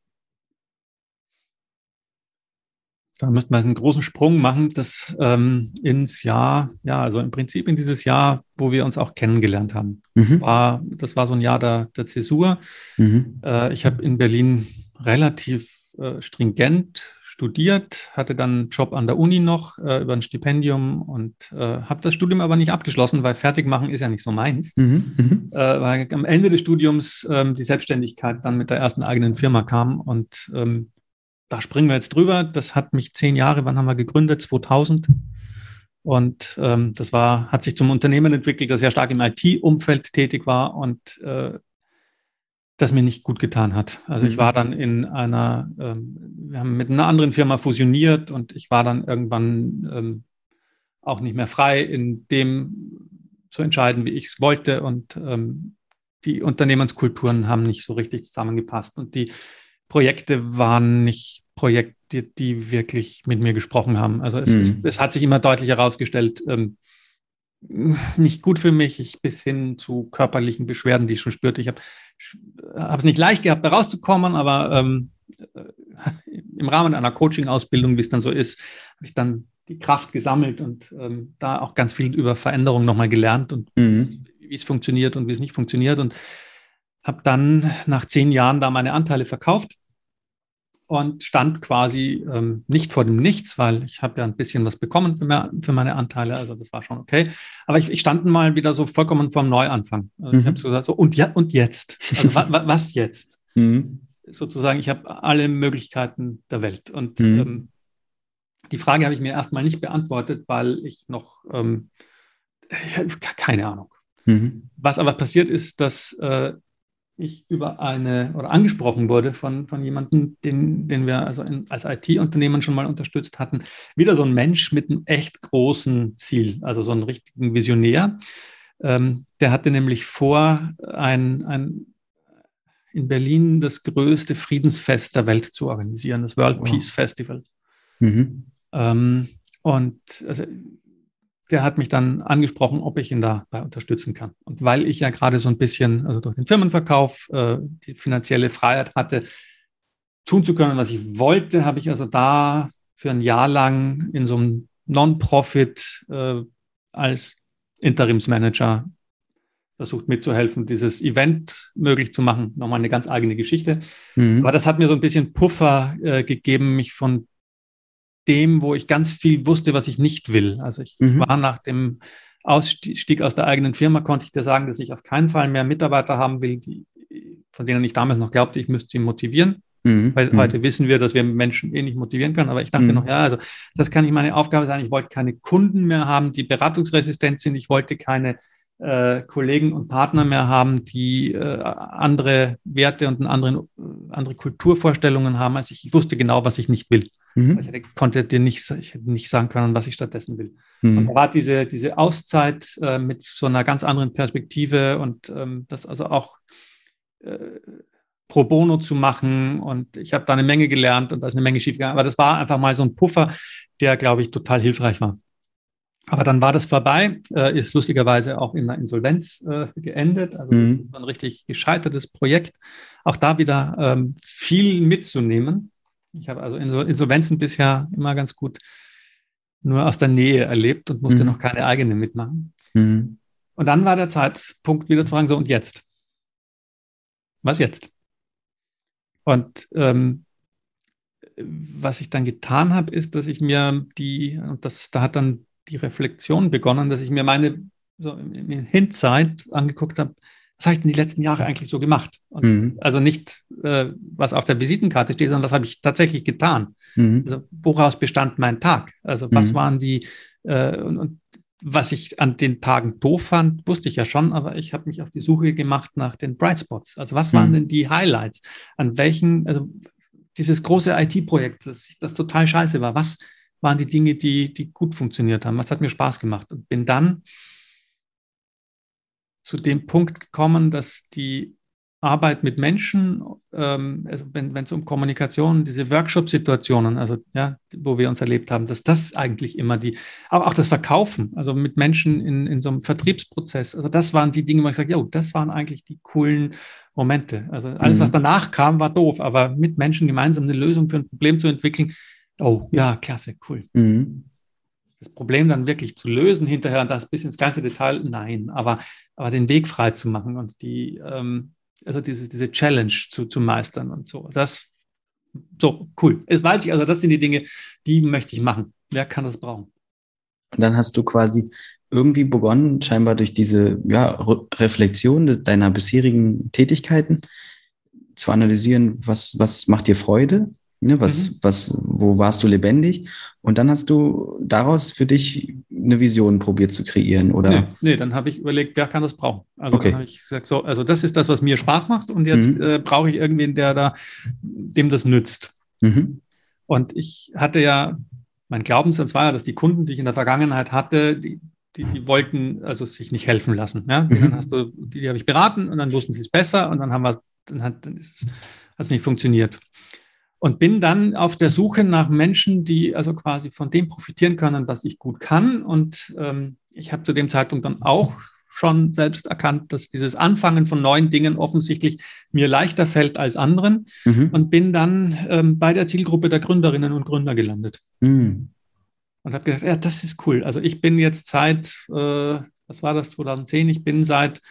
Da müssten wir einen großen Sprung machen, das ins Jahr, ja, also im Prinzip in dieses Jahr, wo wir uns auch kennengelernt haben. Das war so ein Jahr der Zäsur. Ich habe in Berlin relativ stringent studiert, hatte dann einen Job an der Uni noch über ein Stipendium und habe das Studium aber nicht abgeschlossen, weil fertig machen ist ja nicht so meins. Weil am Ende des Studiums die Selbstständigkeit dann mit der ersten eigenen Firma kam und da springen wir jetzt drüber. Das hat mich 10 Jahre, wann haben wir gegründet? 2000. Und das hat sich zum Unternehmen entwickelt, das sehr stark im IT-Umfeld tätig war. Und das mir nicht gut getan hat. Also ich war dann wir haben mit einer anderen Firma fusioniert und ich war dann irgendwann auch nicht mehr frei, in dem zu entscheiden, wie ich es wollte. Und die Unternehmenskulturen haben nicht so richtig zusammengepasst. Und die Projekte waren nicht Projekte, die wirklich mit mir gesprochen haben. Also es hat sich immer deutlich herausgestellt, nicht gut für mich, bis hin zu körperlichen Beschwerden, die ich schon spürte. Ich habe es nicht leicht gehabt, da rauszukommen, aber im Rahmen einer Coaching-Ausbildung, wie es dann so ist, habe ich dann die Kraft gesammelt und da auch ganz viel über Veränderung nochmal gelernt und wie es funktioniert und wie es nicht funktioniert und habe dann nach 10 Jahren da meine Anteile verkauft und stand quasi nicht vor dem Nichts, weil ich habe ja ein bisschen was bekommen für meine Anteile, also das war schon okay. Aber ich stand mal wieder so vollkommen vorm Neuanfang. Also ich habe so gesagt, so, und jetzt? Also was jetzt? Sozusagen, ich habe alle Möglichkeiten der Welt. Und die Frage habe ich mir erstmal nicht beantwortet, weil ich noch, keine Ahnung. Was aber passiert ist, dass ich angesprochen wurde von jemandem, den wir also als IT-Unternehmen schon mal unterstützt hatten. Wieder so ein Mensch mit einem echt großen Ziel, also so einen richtigen Visionär. Der hatte nämlich vor, in Berlin das größte Friedensfest der Welt zu organisieren, das World Peace Festival. Und also der hat mich dann angesprochen, ob ich ihn dabei unterstützen kann. Und weil ich ja gerade so ein bisschen, also durch den Firmenverkauf, die finanzielle Freiheit hatte, tun zu können, was ich wollte, habe ich also da für ein Jahr lang in so einem Non-Profit als Interimsmanager versucht mitzuhelfen, dieses Event möglich zu machen. Nochmal eine ganz eigene Geschichte. Aber das hat mir so ein bisschen Puffer gegeben, mich von dem, wo ich ganz viel wusste, was ich nicht will. Also ich war nach dem Ausstieg aus der eigenen Firma, konnte ich dir sagen, dass ich auf keinen Fall mehr Mitarbeiter haben will, von denen ich damals noch glaubte, ich müsste sie motivieren. Weil heute wissen wir, dass wir Menschen nicht motivieren können. Aber ich dachte noch, ja, also das kann nicht meine Aufgabe sein. Ich wollte keine Kunden mehr haben, die beratungsresistent sind. Ich wollte keine Kollegen und Partner mehr haben, die andere Werte und andere Kulturvorstellungen haben. Also ich wusste genau, was ich nicht will. Ich konnte dir nicht sagen können, was ich stattdessen will. Und da war diese Auszeit mit so einer ganz anderen Perspektive und das also auch pro bono zu machen. Und ich habe da eine Menge gelernt und da ist eine Menge schiefgegangen. Aber das war einfach mal so ein Puffer, der, glaube ich, total hilfreich war. Aber dann war das vorbei, ist lustigerweise auch in einer Insolvenz geendet. Also das ist ein richtig gescheitertes Projekt. Auch da wieder viel mitzunehmen. Ich habe also Insolvenzen bisher immer ganz gut nur aus der Nähe erlebt und musste noch keine eigene mitmachen. Und dann war der Zeitpunkt wieder zu sagen, so und jetzt? Was jetzt? Und was ich dann getan habe, ist, dass ich mir da hat dann die Reflexion begonnen, dass ich mir meine so in Hinzeit angeguckt habe, was habe ich denn die letzten Jahre eigentlich so gemacht? Und also nicht, was auf der Visitenkarte steht, sondern was habe ich tatsächlich getan? Also woraus bestand mein Tag? Also was waren die, und was ich an den Tagen doof fand, wusste ich ja schon, aber ich habe mich auf die Suche gemacht nach den Bright Spots. Also was waren denn die Highlights? An welchen, also dieses große IT-Projekt, das total scheiße war, was waren die Dinge, die gut funktioniert haben? Was hat mir Spaß gemacht? Und bin dann zu dem Punkt gekommen, dass die Arbeit mit Menschen, also wenn es um Kommunikation, diese Workshop-Situationen, also ja, wo wir uns erlebt haben, dass das eigentlich immer auch das Verkaufen, also mit Menschen in so einem Vertriebsprozess, also das waren die Dinge, wo ich sage, ja, das waren eigentlich die coolen Momente. Also alles, was danach kam, war doof, aber mit Menschen gemeinsam eine Lösung für ein Problem zu entwickeln, oh ja, klasse, cool. Das Problem dann wirklich zu lösen hinterher und das bis ins kleinste Detail, nein, aber den Weg frei zu machen und also diese Challenge zu meistern und so. Das so cool. Jetzt weiß ich, also das sind die Dinge, die möchte ich machen. Wer kann das brauchen? Und dann hast du quasi irgendwie begonnen, scheinbar durch diese Reflexion deiner bisherigen Tätigkeiten zu analysieren, was macht dir Freude Ne, wo warst du lebendig? Und dann hast du daraus für dich eine Vision probiert zu kreieren, oder? Nee, dann habe ich überlegt, wer kann das brauchen? Also dann habe Okay. ich gesagt, so, also das ist das, was mir Spaß macht und jetzt brauche ich irgendwen, dem das nützt. Mhm. Und ich hatte ja, mein Glaubenssatz war ja, dass die Kunden, die ich in der Vergangenheit hatte, die wollten also sich nicht helfen lassen. Ja? Denen die habe ich beraten und dann wussten sie es besser und hat es nicht funktioniert. Und bin dann auf der Suche nach Menschen, die also quasi von dem profitieren können, was ich gut kann. Und ich habe zu dem Zeitpunkt dann auch schon selbst erkannt, dass dieses Anfangen von neuen Dingen offensichtlich mir leichter fällt als anderen und bin dann bei der Zielgruppe der Gründerinnen und Gründer gelandet. Mhm. Und habe gesagt, ja, das ist cool. Also ich bin jetzt was war das, 2010? Ich bin seit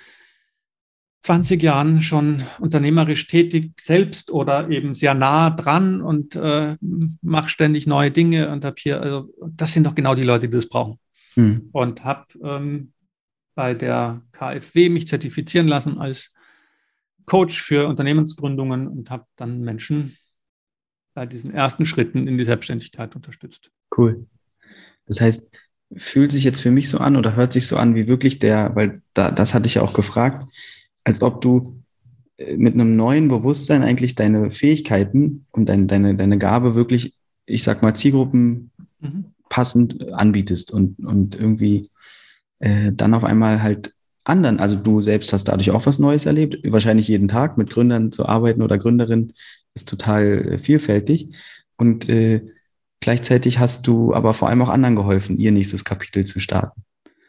20 Jahren schon unternehmerisch tätig, selbst oder eben sehr nah dran und mache ständig neue Dinge und habe hier, also das sind doch genau die Leute, die das brauchen. Mhm. Und habe bei der KfW mich zertifizieren lassen als Coach für Unternehmensgründungen und habe dann Menschen bei diesen ersten Schritten in die Selbstständigkeit unterstützt. Cool. Das heißt, fühlt sich jetzt für mich so an oder hört sich so an wie wirklich weil das hatte ich ja auch gefragt, als ob du mit einem neuen Bewusstsein eigentlich deine Fähigkeiten und deine Gabe wirklich, ich sag mal, Zielgruppen passend anbietest und irgendwie dann auf einmal halt anderen, also du selbst hast dadurch auch was Neues erlebt, wahrscheinlich jeden Tag mit Gründern zu arbeiten oder Gründerin ist total vielfältig und gleichzeitig hast du aber vor allem auch anderen geholfen, ihr nächstes Kapitel zu starten.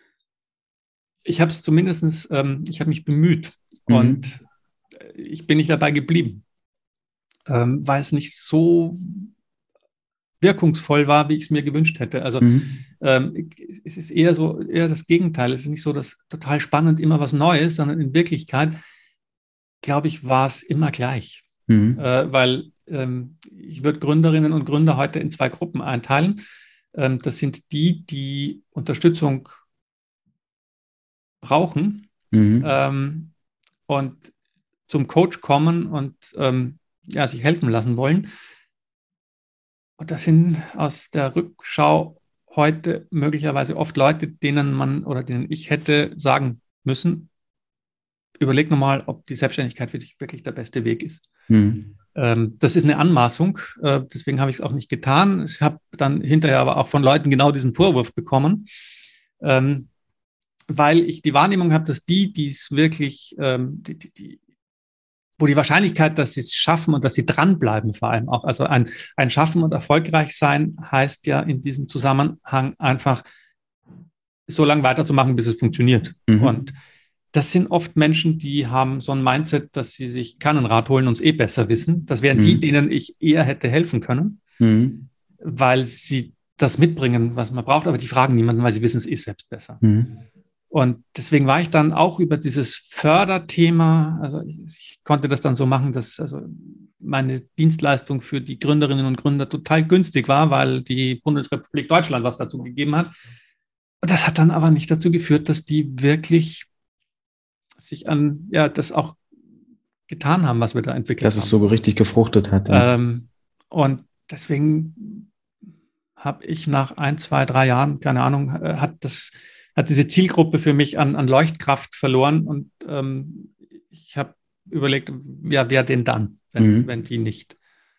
Ich habe es zumindest, ich habe mich bemüht und ich bin nicht dabei geblieben, weil es nicht so wirkungsvoll war, wie ich es mir gewünscht hätte. Also es ist eher das Gegenteil. Es ist nicht so, dass total spannend immer was Neues, sondern in Wirklichkeit, glaube ich, war es immer gleich. Weil ich würde Gründerinnen und Gründer heute in 2 Gruppen einteilen. Das sind die Unterstützung brauchen und zum Coach kommen und sich helfen lassen wollen. Und das sind aus der Rückschau heute möglicherweise oft Leute, denen ich hätte sagen müssen, überleg nochmal, ob die Selbstständigkeit für dich wirklich der beste Weg ist. Das ist eine Anmaßung, deswegen habe ich es auch nicht getan. Ich habe dann hinterher aber auch von Leuten genau diesen Vorwurf bekommen, weil ich die Wahrnehmung habe, dass die es wirklich, wo die Wahrscheinlichkeit, dass sie es schaffen und dass sie dranbleiben vor allem auch, also ein Schaffen und erfolgreich sein heißt ja in diesem Zusammenhang einfach so lange weiterzumachen, bis es funktioniert. Und das sind oft Menschen, die haben so ein Mindset, dass sie sich keinen Rat holen und es eh besser wissen. Das wären die, denen ich eher hätte helfen können, weil sie das mitbringen, was man braucht, aber die fragen niemanden, weil sie wissen, es ist selbst besser. Und deswegen war ich dann auch über dieses Förderthema, also ich konnte das dann so machen, dass also meine Dienstleistung für die Gründerinnen und Gründer total günstig war, weil die Bundesrepublik Deutschland was dazu gegeben hat. Und das hat dann aber nicht dazu geführt, dass die wirklich sich das auch getan haben, was wir da entwickelt haben. Dass es so richtig gefruchtet hat. Ja. Und deswegen habe ich nach 1, 2, 3 Jahren, keine Ahnung, hat diese Zielgruppe für mich an Leuchtkraft verloren und ich habe überlegt, ja, wer denn dann, wenn die nicht?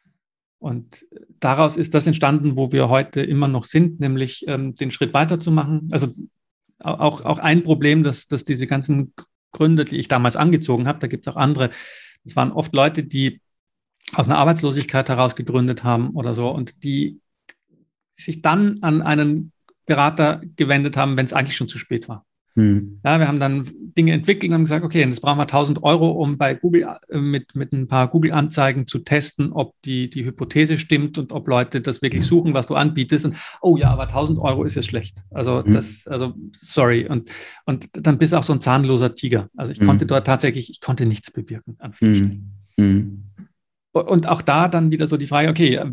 Und daraus ist das entstanden, wo wir heute immer noch sind, nämlich den Schritt weiterzumachen. Also auch ein Problem, dass diese ganzen Gründe, die ich damals angezogen habe, da gibt es auch andere, das waren oft Leute, die aus einer Arbeitslosigkeit heraus gegründet haben oder so und die sich dann an einen Berater gewendet haben, wenn es eigentlich schon zu spät war. Ja, wir haben dann Dinge entwickelt und haben gesagt, okay, jetzt brauchen wir 1.000 Euro, um bei Google mit ein paar Google-Anzeigen zu testen, ob die Hypothese stimmt und ob Leute das wirklich suchen, was du anbietest. Und oh ja, aber 1.000 Euro ist jetzt schlecht. Also sorry. Und dann bist du auch so ein zahnloser Tiger. Also ich konnte dort tatsächlich, nichts bewirken an vielen Stellen. Und auch da dann wieder so die Frage, okay,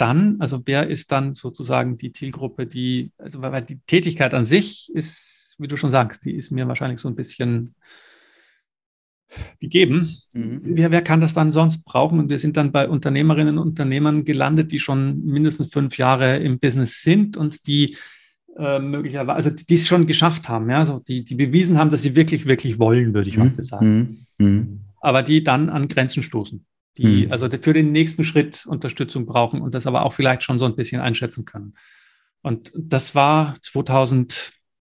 wer ist dann sozusagen die Zielgruppe, weil die Tätigkeit an sich ist, wie du schon sagst, die ist mir wahrscheinlich so ein bisschen gegeben. Wer kann das dann sonst brauchen? Und wir sind dann bei Unternehmerinnen und Unternehmern gelandet, die schon mindestens 5 Jahre im Business sind und die möglicherweise, also die es schon geschafft haben, ja, also die bewiesen haben, dass sie wirklich, wirklich wollen, würde ich heute sagen. Aber die dann an Grenzen stoßen, die also für den nächsten Schritt Unterstützung brauchen und das aber auch vielleicht schon so ein bisschen einschätzen können. Und das war 2012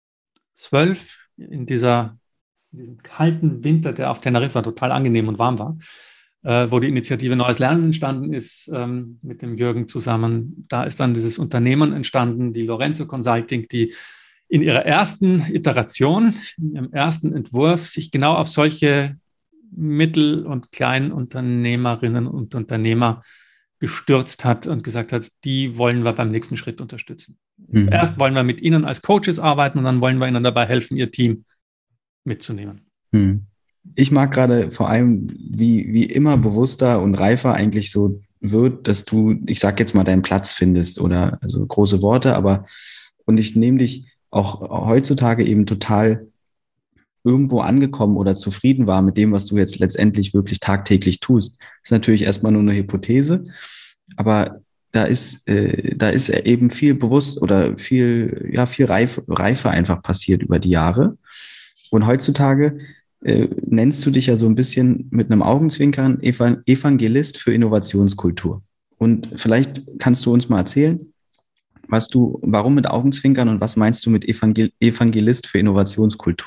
in diesem kalten Winter, der auf Teneriffa total angenehm und warm war, wo die Initiative Neues Lernen entstanden ist, mit dem Jürgen zusammen. Da ist dann dieses Unternehmen entstanden, die Lorenzo Consulting, die in ihrer ersten Iteration, in ihrem ersten Entwurf sich genau auf solche Mittel- und Kleinunternehmerinnen und Unternehmer gestürzt hat und gesagt hat, die wollen wir beim nächsten Schritt unterstützen. Erst wollen wir mit ihnen als Coaches arbeiten und dann wollen wir ihnen dabei helfen, ihr Team mitzunehmen. Ich mag gerade vor allem, wie immer bewusster und reifer eigentlich so wird, dass du, ich sag jetzt mal, deinen Platz findest oder, also große Worte, aber, und ich nehme dich auch heutzutage eben total irgendwo angekommen oder zufrieden war mit dem, was du jetzt letztendlich wirklich tagtäglich tust. Das ist natürlich erstmal nur eine Hypothese, aber da ist eben viel bewusst oder viel Reife einfach passiert über die Jahre. Und heutzutage nennst du dich ja so ein bisschen mit einem Augenzwinkern Evangelist für Innovationskultur. Und vielleicht kannst du uns mal erzählen, warum mit Augenzwinkern und was meinst du mit Evangelist für Innovationskultur?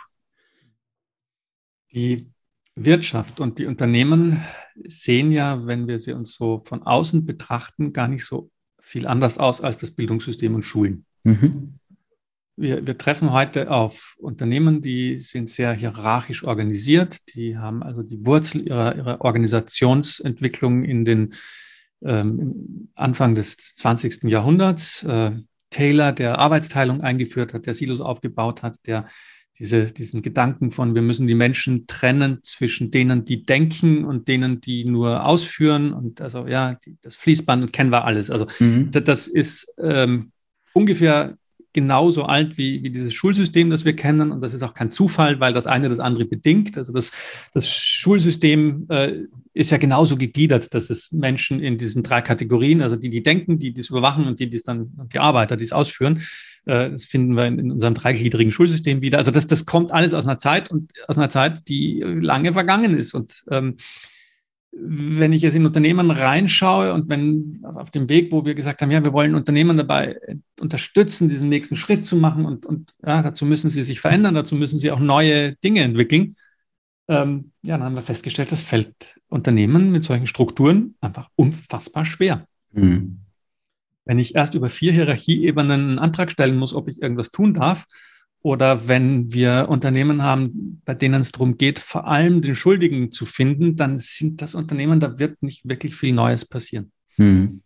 Die Wirtschaft und die Unternehmen sehen ja, wenn wir sie uns so von außen betrachten, gar nicht so viel anders aus als das Bildungssystem und Schulen. Wir treffen heute auf Unternehmen, die sind sehr hierarchisch organisiert. Die haben also die Wurzel ihrer Organisationsentwicklung in den Anfang des 20. Jahrhunderts. Taylor, der Arbeitsteilung eingeführt hat, der Silos aufgebaut hat, der diesen Gedanken von, wir müssen die Menschen trennen zwischen denen, die denken und denen, die nur ausführen. Und also ja, das Fließband kennen wir alles. Also das ist ungefähr genauso alt wie dieses Schulsystem, das wir kennen. Und das ist auch kein Zufall, weil das eine das andere bedingt. Also das Schulsystem ist ja genauso gegliedert, dass es Menschen in diesen 3 Kategorien, also die denken, die das überwachen und die Arbeiter, die es ausführen, das finden wir in unserem 3gliedrigen Schulsystem wieder. Also das kommt alles aus einer Zeit die lange vergangen ist. Und wenn ich jetzt in Unternehmen reinschaue und wenn auf dem Weg, wo wir gesagt haben, ja, wir wollen Unternehmen dabei unterstützen, diesen nächsten Schritt zu machen und ja, dazu müssen sie sich verändern, dazu müssen sie auch neue Dinge entwickeln. Dann haben wir festgestellt, das fällt Unternehmen mit solchen Strukturen einfach unfassbar schwer. Wenn ich erst über 4 Hierarchieebenen einen Antrag stellen muss, ob ich irgendwas tun darf, oder wenn wir Unternehmen haben, bei denen es darum geht, vor allem den Schuldigen zu finden, dann sind das Unternehmen, da wird nicht wirklich viel Neues passieren. Und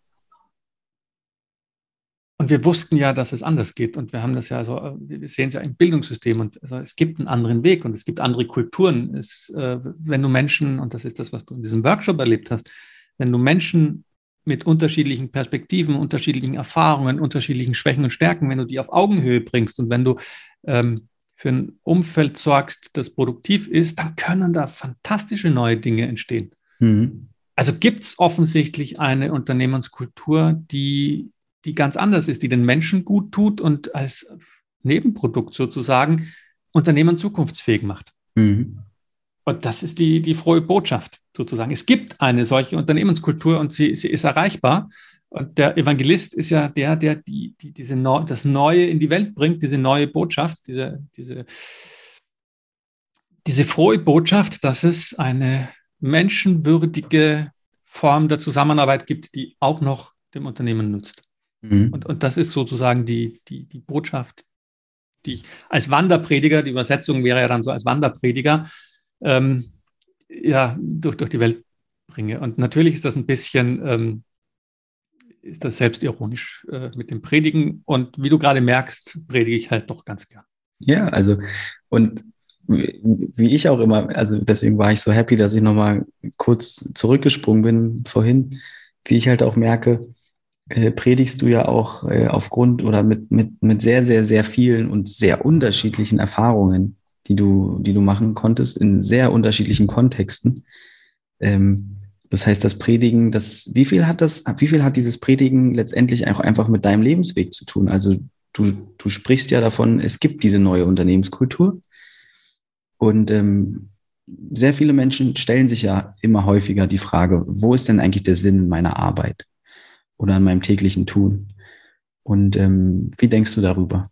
wir wussten ja, dass es anders geht. Und wir haben das ja, also wir sehen es ja im Bildungssystem. Und also es gibt einen anderen Weg und es gibt andere Kulturen. Wenn du Menschen, und das ist das, was du in diesem Workshop erlebt hast, wenn du Menschen mit unterschiedlichen Perspektiven, unterschiedlichen Erfahrungen, unterschiedlichen Schwächen und Stärken, wenn du die auf Augenhöhe bringst und wenn du für ein Umfeld sorgst, das produktiv ist, dann können da fantastische neue Dinge entstehen. Also gibt es offensichtlich eine Unternehmenskultur, die ganz anders ist, die den Menschen gut tut und als Nebenprodukt sozusagen Unternehmen zukunftsfähig macht. Und das ist die frohe Botschaft sozusagen. Es gibt eine solche Unternehmenskultur und sie ist erreichbar. Und der Evangelist ist ja der das Neue in die Welt bringt, diese neue Botschaft, diese frohe Botschaft, dass es eine menschenwürdige Form der Zusammenarbeit gibt, die auch noch dem Unternehmen nutzt. Und das ist sozusagen die Botschaft, die ich als Wanderprediger, die Übersetzung wäre ja dann so als Wanderprediger, durch die Welt bringe. Und natürlich ist das ein bisschen ist das selbstironisch mit dem Predigen. Und wie du gerade merkst, predige ich halt doch ganz gern. Ja, also und wie ich auch immer, also deswegen war ich so happy, dass ich nochmal kurz zurückgesprungen bin vorhin, wie ich halt auch merke, predigst du ja auch aufgrund oder mit sehr, sehr, sehr vielen und sehr unterschiedlichen Erfahrungen, die du machen konntest in sehr unterschiedlichen Kontexten. Das heißt, das Predigen, wie viel hat dieses Predigen letztendlich auch einfach mit deinem Lebensweg zu tun? Also du sprichst ja davon, es gibt diese neue Unternehmenskultur und sehr viele Menschen stellen sich ja immer häufiger die Frage, wo ist denn eigentlich der Sinn meiner Arbeit oder an meinem täglichen Tun? Und wie denkst du darüber?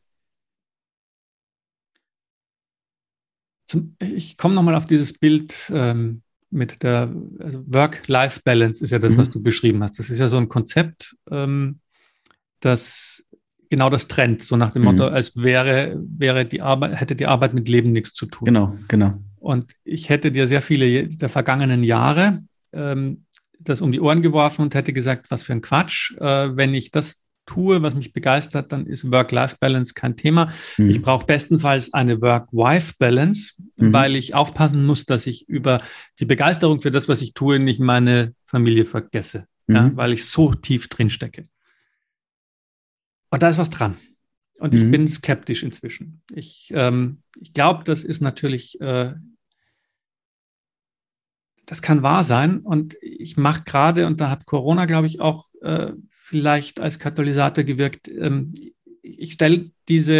Ich komme nochmal auf dieses Bild mit der Work-Life-Balance ist ja das, was du beschrieben hast. Das ist ja so ein Konzept, das genau das trennt, so nach dem Motto, als hätte die Arbeit mit Leben nichts zu tun. Genau. Und ich hätte dir sehr viele der vergangenen Jahre das um die Ohren geworfen und hätte gesagt, was für ein Quatsch. Wenn ich das tue, was mich begeistert, dann ist Work-Life-Balance kein Thema. Ich brauche bestenfalls eine Work-Wife-Balance, weil ich aufpassen muss, dass ich über die Begeisterung für das, was ich tue, nicht meine Familie vergesse, ja, weil ich so tief drin stecke. Und da ist was dran. Und ich bin skeptisch inzwischen. Ich glaube, das ist natürlich, das kann wahr sein. Und ich mache gerade, und da hat Corona, glaube ich, auch vielleicht als Katalysator gewirkt, ich stelle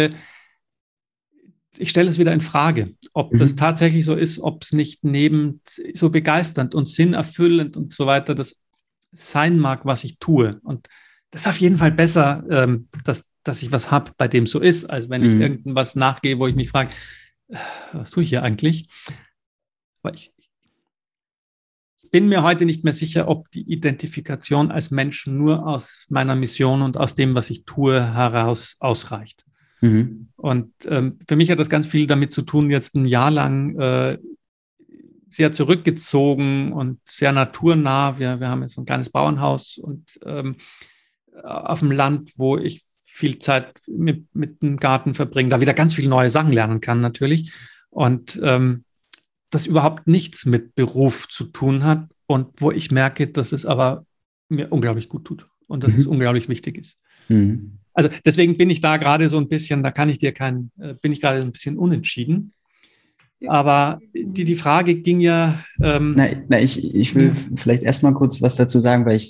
es wieder in Frage, ob das tatsächlich so ist, ob es nicht neben so begeisternd und sinnerfüllend und so weiter das sein mag, was ich tue. Und das ist auf jeden Fall besser, dass ich was habe, bei dem so ist, als wenn ich irgendwas nachgehe, wo ich mich frage, was tue ich hier eigentlich? Aber ich bin mir heute nicht mehr sicher, ob die Identifikation als Mensch nur aus meiner Mission und aus dem, was ich tue, heraus ausreicht. Und für mich hat das ganz viel damit zu tun, jetzt ein Jahr lang sehr zurückgezogen und sehr naturnah. Wir haben jetzt so ein kleines Bauernhaus und auf dem Land, wo ich viel Zeit mit dem Garten verbringe, da wieder ganz viele neue Sachen lernen kann natürlich. Und das überhaupt nichts mit Beruf zu tun hat und wo ich merke, dass es aber mir unglaublich gut tut und dass es unglaublich wichtig ist. Also deswegen bin ich da gerade so ein bisschen, bin ich gerade ein bisschen unentschieden. Aber die Frage ging ja... ich will vielleicht erstmal kurz was dazu sagen, weil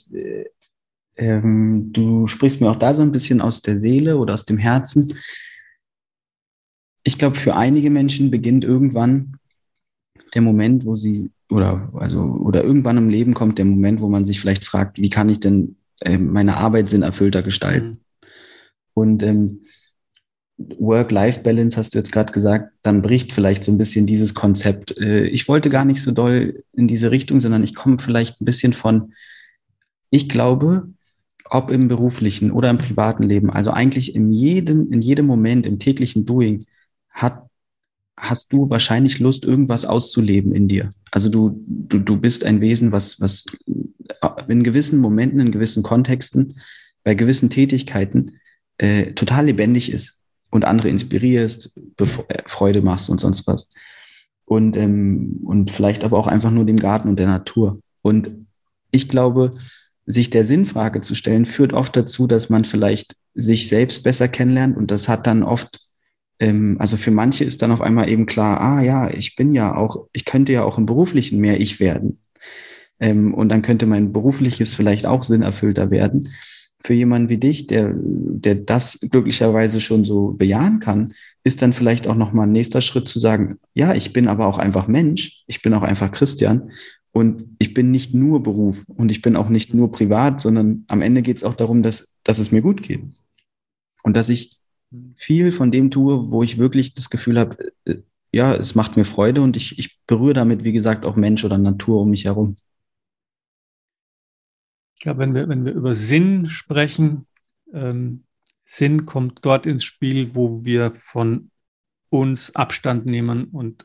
du sprichst mir auch da so ein bisschen aus der Seele oder aus dem Herzen. Ich glaube, für einige Menschen beginnt irgendwann der Moment, wo sie, oder irgendwann im Leben kommt der Moment, wo man sich vielleicht fragt, wie kann ich denn meine Arbeit sinnerfüllter gestalten? Und Work-Life-Balance, hast du jetzt gerade gesagt, dann bricht vielleicht so ein bisschen dieses Konzept. Ich wollte gar nicht so doll in diese Richtung, sondern ich komme vielleicht ein bisschen ich glaube, ob im beruflichen oder im privaten Leben, also eigentlich in jedem Moment, im täglichen Doing, hast du wahrscheinlich Lust, irgendwas auszuleben in dir. Also du bist ein Wesen, was in gewissen Momenten, in gewissen Kontexten, bei gewissen Tätigkeiten total lebendig ist und andere inspirierst, Freude machst und sonst was. Und vielleicht aber auch einfach nur dem Garten und der Natur. Und ich glaube, sich der Sinnfrage zu stellen, führt oft dazu, dass man vielleicht sich selbst besser kennenlernt und das hat dann oft also für manche ist dann auf einmal eben klar, ich könnte ja auch im Beruflichen mehr ich werden. Und dann könnte mein berufliches vielleicht auch sinnerfüllter werden. Für jemanden wie dich, der das glücklicherweise schon so bejahen kann, ist dann vielleicht auch nochmal ein nächster Schritt zu sagen, ja, ich bin aber auch einfach Mensch, ich bin auch einfach Christian und ich bin nicht nur Beruf und ich bin auch nicht nur privat, sondern am Ende geht es auch darum, dass es mir gut geht. Und dass ich viel von dem tue, wo ich wirklich das Gefühl habe, ja, es macht mir Freude und ich berühre damit, wie gesagt, auch Mensch oder Natur um mich herum. Ich glaube, wenn wir über Sinn sprechen, Sinn kommt dort ins Spiel, wo wir von uns Abstand nehmen und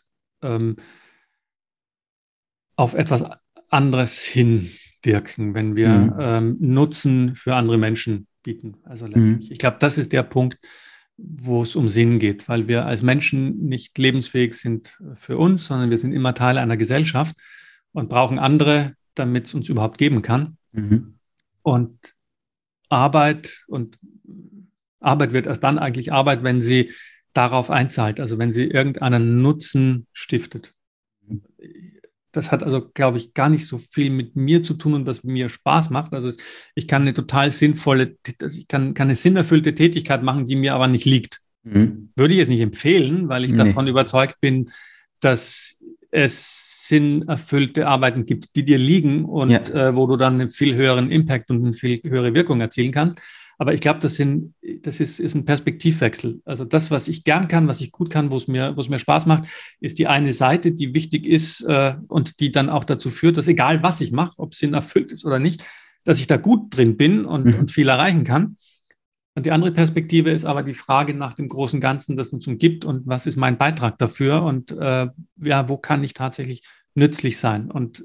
auf etwas anderes hinwirken, wenn wir Nutzen für andere Menschen bieten. Also letztlich, ich glaube, das ist der Punkt, wo es um Sinn geht, weil wir als Menschen nicht lebensfähig sind für uns, sondern wir sind immer Teil einer Gesellschaft und brauchen andere, damit es uns überhaupt geben kann. Und Arbeit wird erst dann eigentlich Arbeit, wenn sie darauf einzahlt, also wenn sie irgendeinen Nutzen stiftet. Das hat also, glaube ich, gar nicht so viel mit mir zu tun und was mir Spaß macht. Also ich kann eine total sinnvolle, also ich kann eine sinnerfüllte Tätigkeit machen, die mir aber nicht liegt. Würde ich es nicht empfehlen, weil ich davon überzeugt bin, dass es sinnerfüllte Arbeiten gibt, die dir liegen und wo du dann einen viel höheren Impact und eine viel höhere Wirkung erzielen kannst. Aber ich glaube, das ist ein Perspektivwechsel. Also das, was ich gern kann, was ich gut kann, wo es mir Spaß macht, ist die eine Seite, die wichtig ist und die dann auch dazu führt, dass egal was ich mache, ob es sinnerfüllt ist oder nicht, dass ich da gut drin bin und viel erreichen kann. Und die andere Perspektive ist aber die Frage nach dem großen Ganzen, das uns umgibt und was ist mein Beitrag dafür und wo kann ich tatsächlich nützlich sein? Und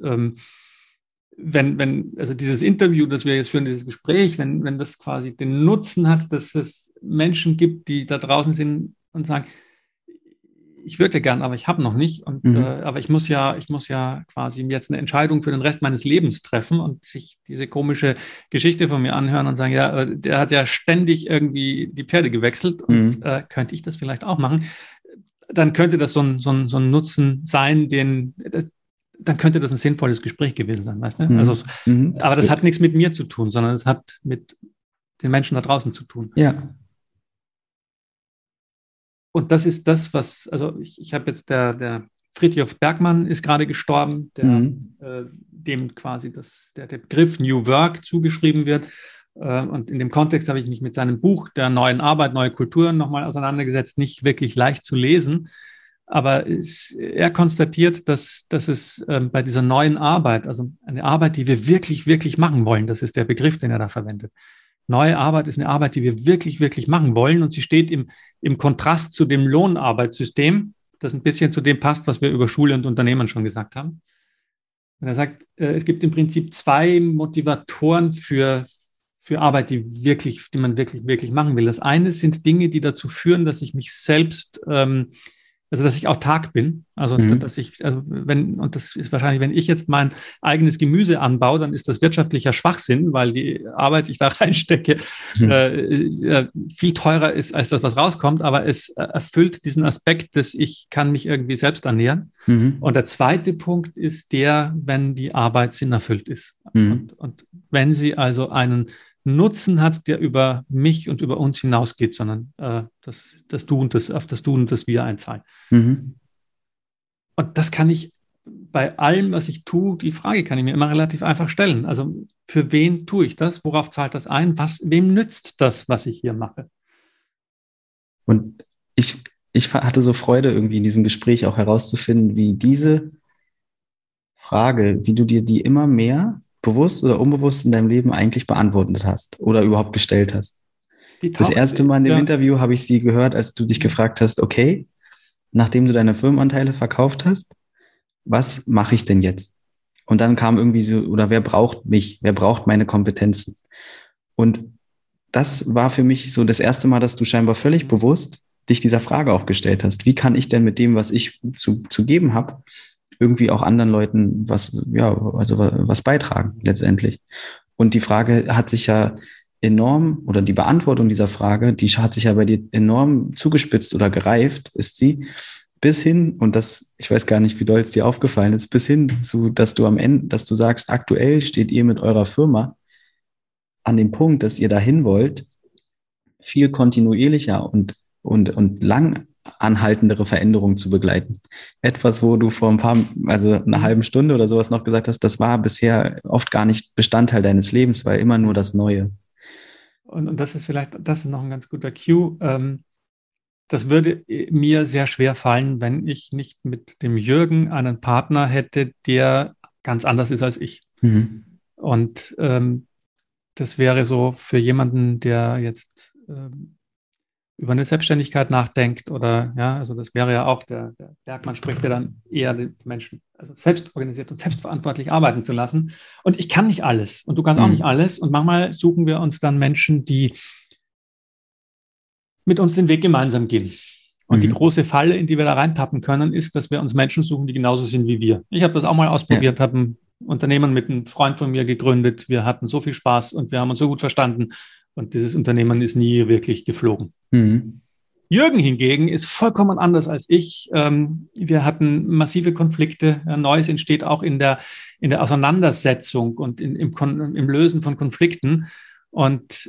also dieses Interview, das wir jetzt führen, dieses Gespräch, wenn das quasi den Nutzen hat, dass es Menschen gibt, die da draußen sind und sagen, ich würde gern, aber ich habe noch nicht. Und, aber ich muss ja quasi jetzt eine Entscheidung für den Rest meines Lebens treffen und sich diese komische Geschichte von mir anhören und sagen, ja, der hat ja ständig irgendwie die Pferde gewechselt und könnte ich das vielleicht auch machen? Dann könnte das so ein Nutzen sein, dann könnte das ein sinnvolles Gespräch gewesen sein, weißt du? Also, aber das hat nichts mit mir zu tun, sondern es hat mit den Menschen da draußen zu tun. Ja. Und das ist das, also ich habe jetzt der Fridtjof Bergmann ist gerade gestorben, dem quasi der Begriff New Work zugeschrieben wird. Und in dem Kontext habe ich mich mit seinem Buch der neuen Arbeit, neue Kulturen nochmal auseinandergesetzt, nicht wirklich leicht zu lesen. Aber er konstatiert, dass es bei dieser neuen Arbeit, also eine Arbeit, die wir wirklich, wirklich machen wollen, das ist der Begriff, den er da verwendet. Neue Arbeit ist eine Arbeit, die wir wirklich, wirklich machen wollen. Und sie steht im Kontrast zu dem Lohnarbeitssystem, das ein bisschen zu dem passt, was wir über Schule und Unternehmen schon gesagt haben. Und er sagt, es gibt im Prinzip zwei Motivatoren für Arbeit, die man wirklich, wirklich machen will. Das eine sind Dinge, die dazu führen, dass ich mich selbst dass ich autark bin. Also, und das ist wahrscheinlich, wenn ich jetzt mein eigenes Gemüse anbaue, dann ist das wirtschaftlicher Schwachsinn, weil die Arbeit, die ich da reinstecke, viel teurer ist als das, was rauskommt. Aber es erfüllt diesen Aspekt, dass ich kann mich irgendwie selbst ernähren. Und der zweite Punkt ist wenn die Arbeit sinnerfüllt ist. Und wenn sie also einen Nutzen hat, der über mich und über uns hinausgeht, sondern das Du und auf das Du und das Wir einzahlen. Und das kann ich bei allem, was ich tue, die Frage kann ich mir immer relativ einfach stellen. Also für wen tue ich das? Worauf zahlt das ein? Wem nützt das, was ich hier mache? Und ich hatte so Freude, irgendwie in diesem Gespräch auch herauszufinden, wie diese Frage, wie du dir die immer mehr bewusst oder unbewusst in deinem Leben eigentlich beantwortet hast oder überhaupt gestellt hast. Das erste Mal in dem Interview habe ich sie gehört, als du dich gefragt hast, okay, nachdem du deine Firmenanteile verkauft hast, was mache ich denn jetzt? Und dann kam irgendwie so, oder wer braucht mich? Wer braucht meine Kompetenzen? Und das war für mich so das erste Mal, dass du scheinbar völlig bewusst dich dieser Frage auch gestellt hast. Wie kann ich denn mit dem, was ich zu geben habe, irgendwie auch anderen Leuten was beitragen letztendlich. Und die Frage hat sich ja enorm, oder die Beantwortung dieser Frage, die hat sich ja bei dir enorm zugespitzt oder gereift, ist sie, bis hin, und das, ich weiß gar nicht, wie doll es dir aufgefallen ist, bis hin zu, dass du am Ende, dass du sagst, aktuell steht ihr mit eurer Firma an dem Punkt, dass ihr dahin wollt, viel kontinuierlicher und lang anhaltendere Veränderungen zu begleiten. Etwas, wo du vor einer halben Stunde oder sowas noch gesagt hast, das war bisher oft gar nicht Bestandteil deines Lebens, weil immer nur das Neue. Und das ist noch ein ganz guter Cue. Das würde mir sehr schwer fallen, wenn ich nicht mit dem Jürgen einen Partner hätte, der ganz anders ist als ich. Und das wäre so für jemanden, der jetzt über eine Selbstständigkeit nachdenkt also das wäre ja auch, der Bergmann spricht ja dann eher den Menschen, also selbst organisiert und selbstverantwortlich arbeiten zu lassen. Und ich kann nicht alles und du kannst auch nicht alles. Und manchmal suchen wir uns dann Menschen, die mit uns den Weg gemeinsam gehen. Und die große Falle, in die wir da reintappen können, ist, dass wir uns Menschen suchen, die genauso sind wie wir. Ich habe das auch mal ausprobiert, habe ein Unternehmen mit einem Freund von mir gegründet. Wir hatten so viel Spaß und wir haben uns so gut verstanden. Und dieses Unternehmen ist nie wirklich geflogen. Jürgen hingegen ist vollkommen anders als ich. Wir hatten massive Konflikte. Neues entsteht auch in der Auseinandersetzung und im Lösen von Konflikten. Und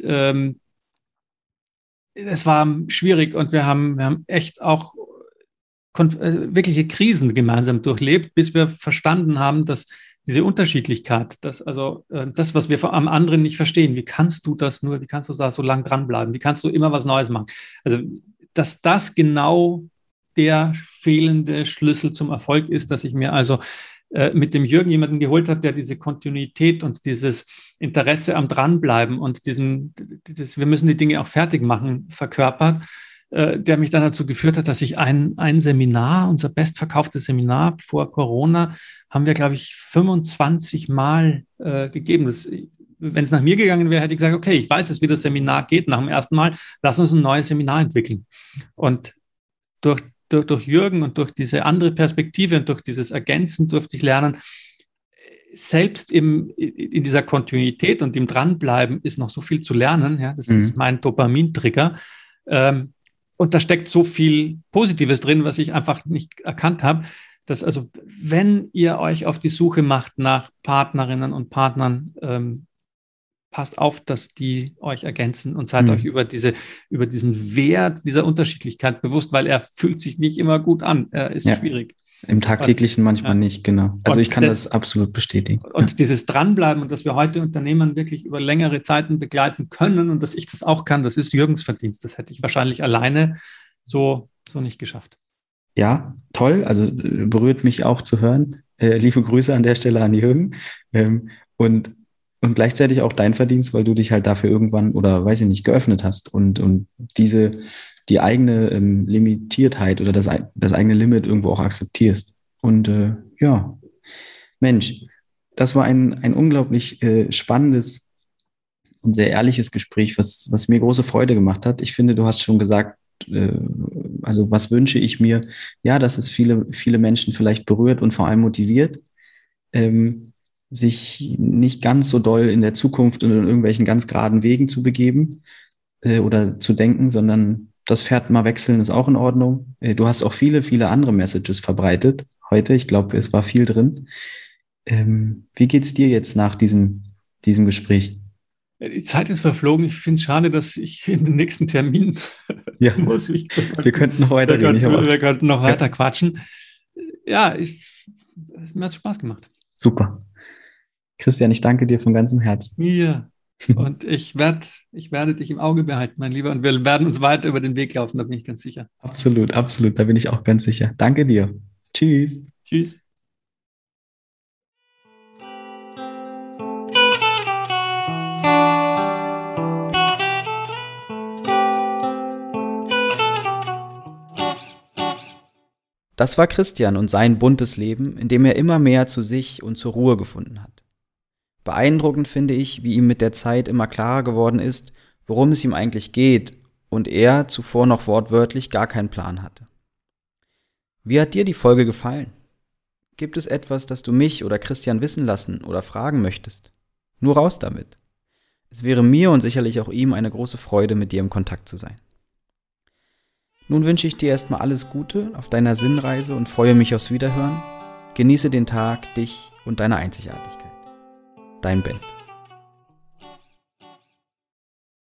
es war schwierig und wir haben echt auch wirkliche Krisen gemeinsam durchlebt, bis wir verstanden haben, dass diese Unterschiedlichkeit, das, was wir am anderen nicht verstehen, wie kannst du da so lange dranbleiben? Wie kannst du immer was Neues machen? Also, dass das genau der fehlende Schlüssel zum Erfolg ist, dass ich mir also mit dem Jürgen jemanden geholt habe, der diese Kontinuität und dieses Interesse am Dranbleiben und wir müssen die Dinge auch fertig machen, verkörpert, der mich dann dazu geführt hat, dass ich ein Seminar, unser bestverkauftes Seminar vor Corona, haben wir, glaube ich, 25 Mal gegeben. Wenn es nach mir gegangen wäre, hätte ich gesagt, okay, ich weiß jetzt, wie das Seminar geht. Nach dem ersten Mal, lass uns ein neues Seminar entwickeln. Und durch Jürgen und durch diese andere Perspektive und durch dieses Ergänzen durfte ich lernen, selbst in dieser Kontinuität und im Dranbleiben ist noch so viel zu lernen. Ja, das ist mein Dopamintrigger. Und da steckt so viel Positives drin, was ich einfach nicht erkannt habe, dass also, wenn ihr euch auf die Suche macht nach Partnerinnen und Partnern, passt auf, dass die euch ergänzen und seid euch über diesen Wert dieser Unterschiedlichkeit bewusst, weil er fühlt sich nicht immer gut an. Er ist schwierig. Im Tagtäglichen manchmal nicht, genau. Also ich kann das absolut bestätigen. Und dieses Dranbleiben und dass wir heute Unternehmen wirklich über längere Zeiten begleiten können und dass ich das auch kann, das ist Jürgens Verdienst. Das hätte ich wahrscheinlich alleine so nicht geschafft. Ja, toll. Also berührt mich auch zu hören. Liebe Grüße an der Stelle an Jürgen. Und gleichzeitig auch dein Verdienst, weil du dich halt dafür irgendwann oder weiß ich nicht, geöffnet hast und die eigene Limitiertheit oder das eigene Limit irgendwo auch akzeptierst. Und Mensch, das war ein unglaublich spannendes und sehr ehrliches Gespräch, was mir große Freude gemacht hat. Ich finde, du hast schon gesagt, also was wünsche ich mir? Ja, dass es viele, viele Menschen vielleicht berührt und vor allem motiviert, sich nicht ganz so doll in der Zukunft und in irgendwelchen ganz geraden Wegen zu begeben oder zu denken, sondern das Pferd mal wechseln ist auch in Ordnung. Du hast auch viele, viele andere Messages verbreitet heute. Ich glaube, es war viel drin. Wie geht's dir jetzt nach diesem Gespräch? Die Zeit ist verflogen. Ich finde es schade, dass ich in den nächsten Termin muss. Wir könnten noch weitergehen. Wir könnten noch weiter quatschen. Ja, mir hat es Spaß gemacht. Super. Christian, ich danke dir von ganzem Herzen. Ja, und ich werde dich im Auge behalten, mein Lieber, und wir werden uns weiter über den Weg laufen, da bin ich ganz sicher. Absolut, absolut, da bin ich auch ganz sicher. Danke dir. Tschüss. Tschüss. Das war Christian und sein buntes Leben, in dem er immer mehr zu sich und zur Ruhe gefunden hat. Beeindruckend finde ich, wie ihm mit der Zeit immer klarer geworden ist, worum es ihm eigentlich geht und er zuvor noch wortwörtlich gar keinen Plan hatte. Wie hat dir die Folge gefallen? Gibt es etwas, das du mich oder Christian wissen lassen oder fragen möchtest? Nur raus damit. Es wäre mir und sicherlich auch ihm eine große Freude, mit dir im Kontakt zu sein. Nun wünsche ich dir erstmal alles Gute auf deiner Sinnreise und freue mich aufs Wiederhören. Genieße den Tag, dich und deine Einzigartigkeit. Dein Ben.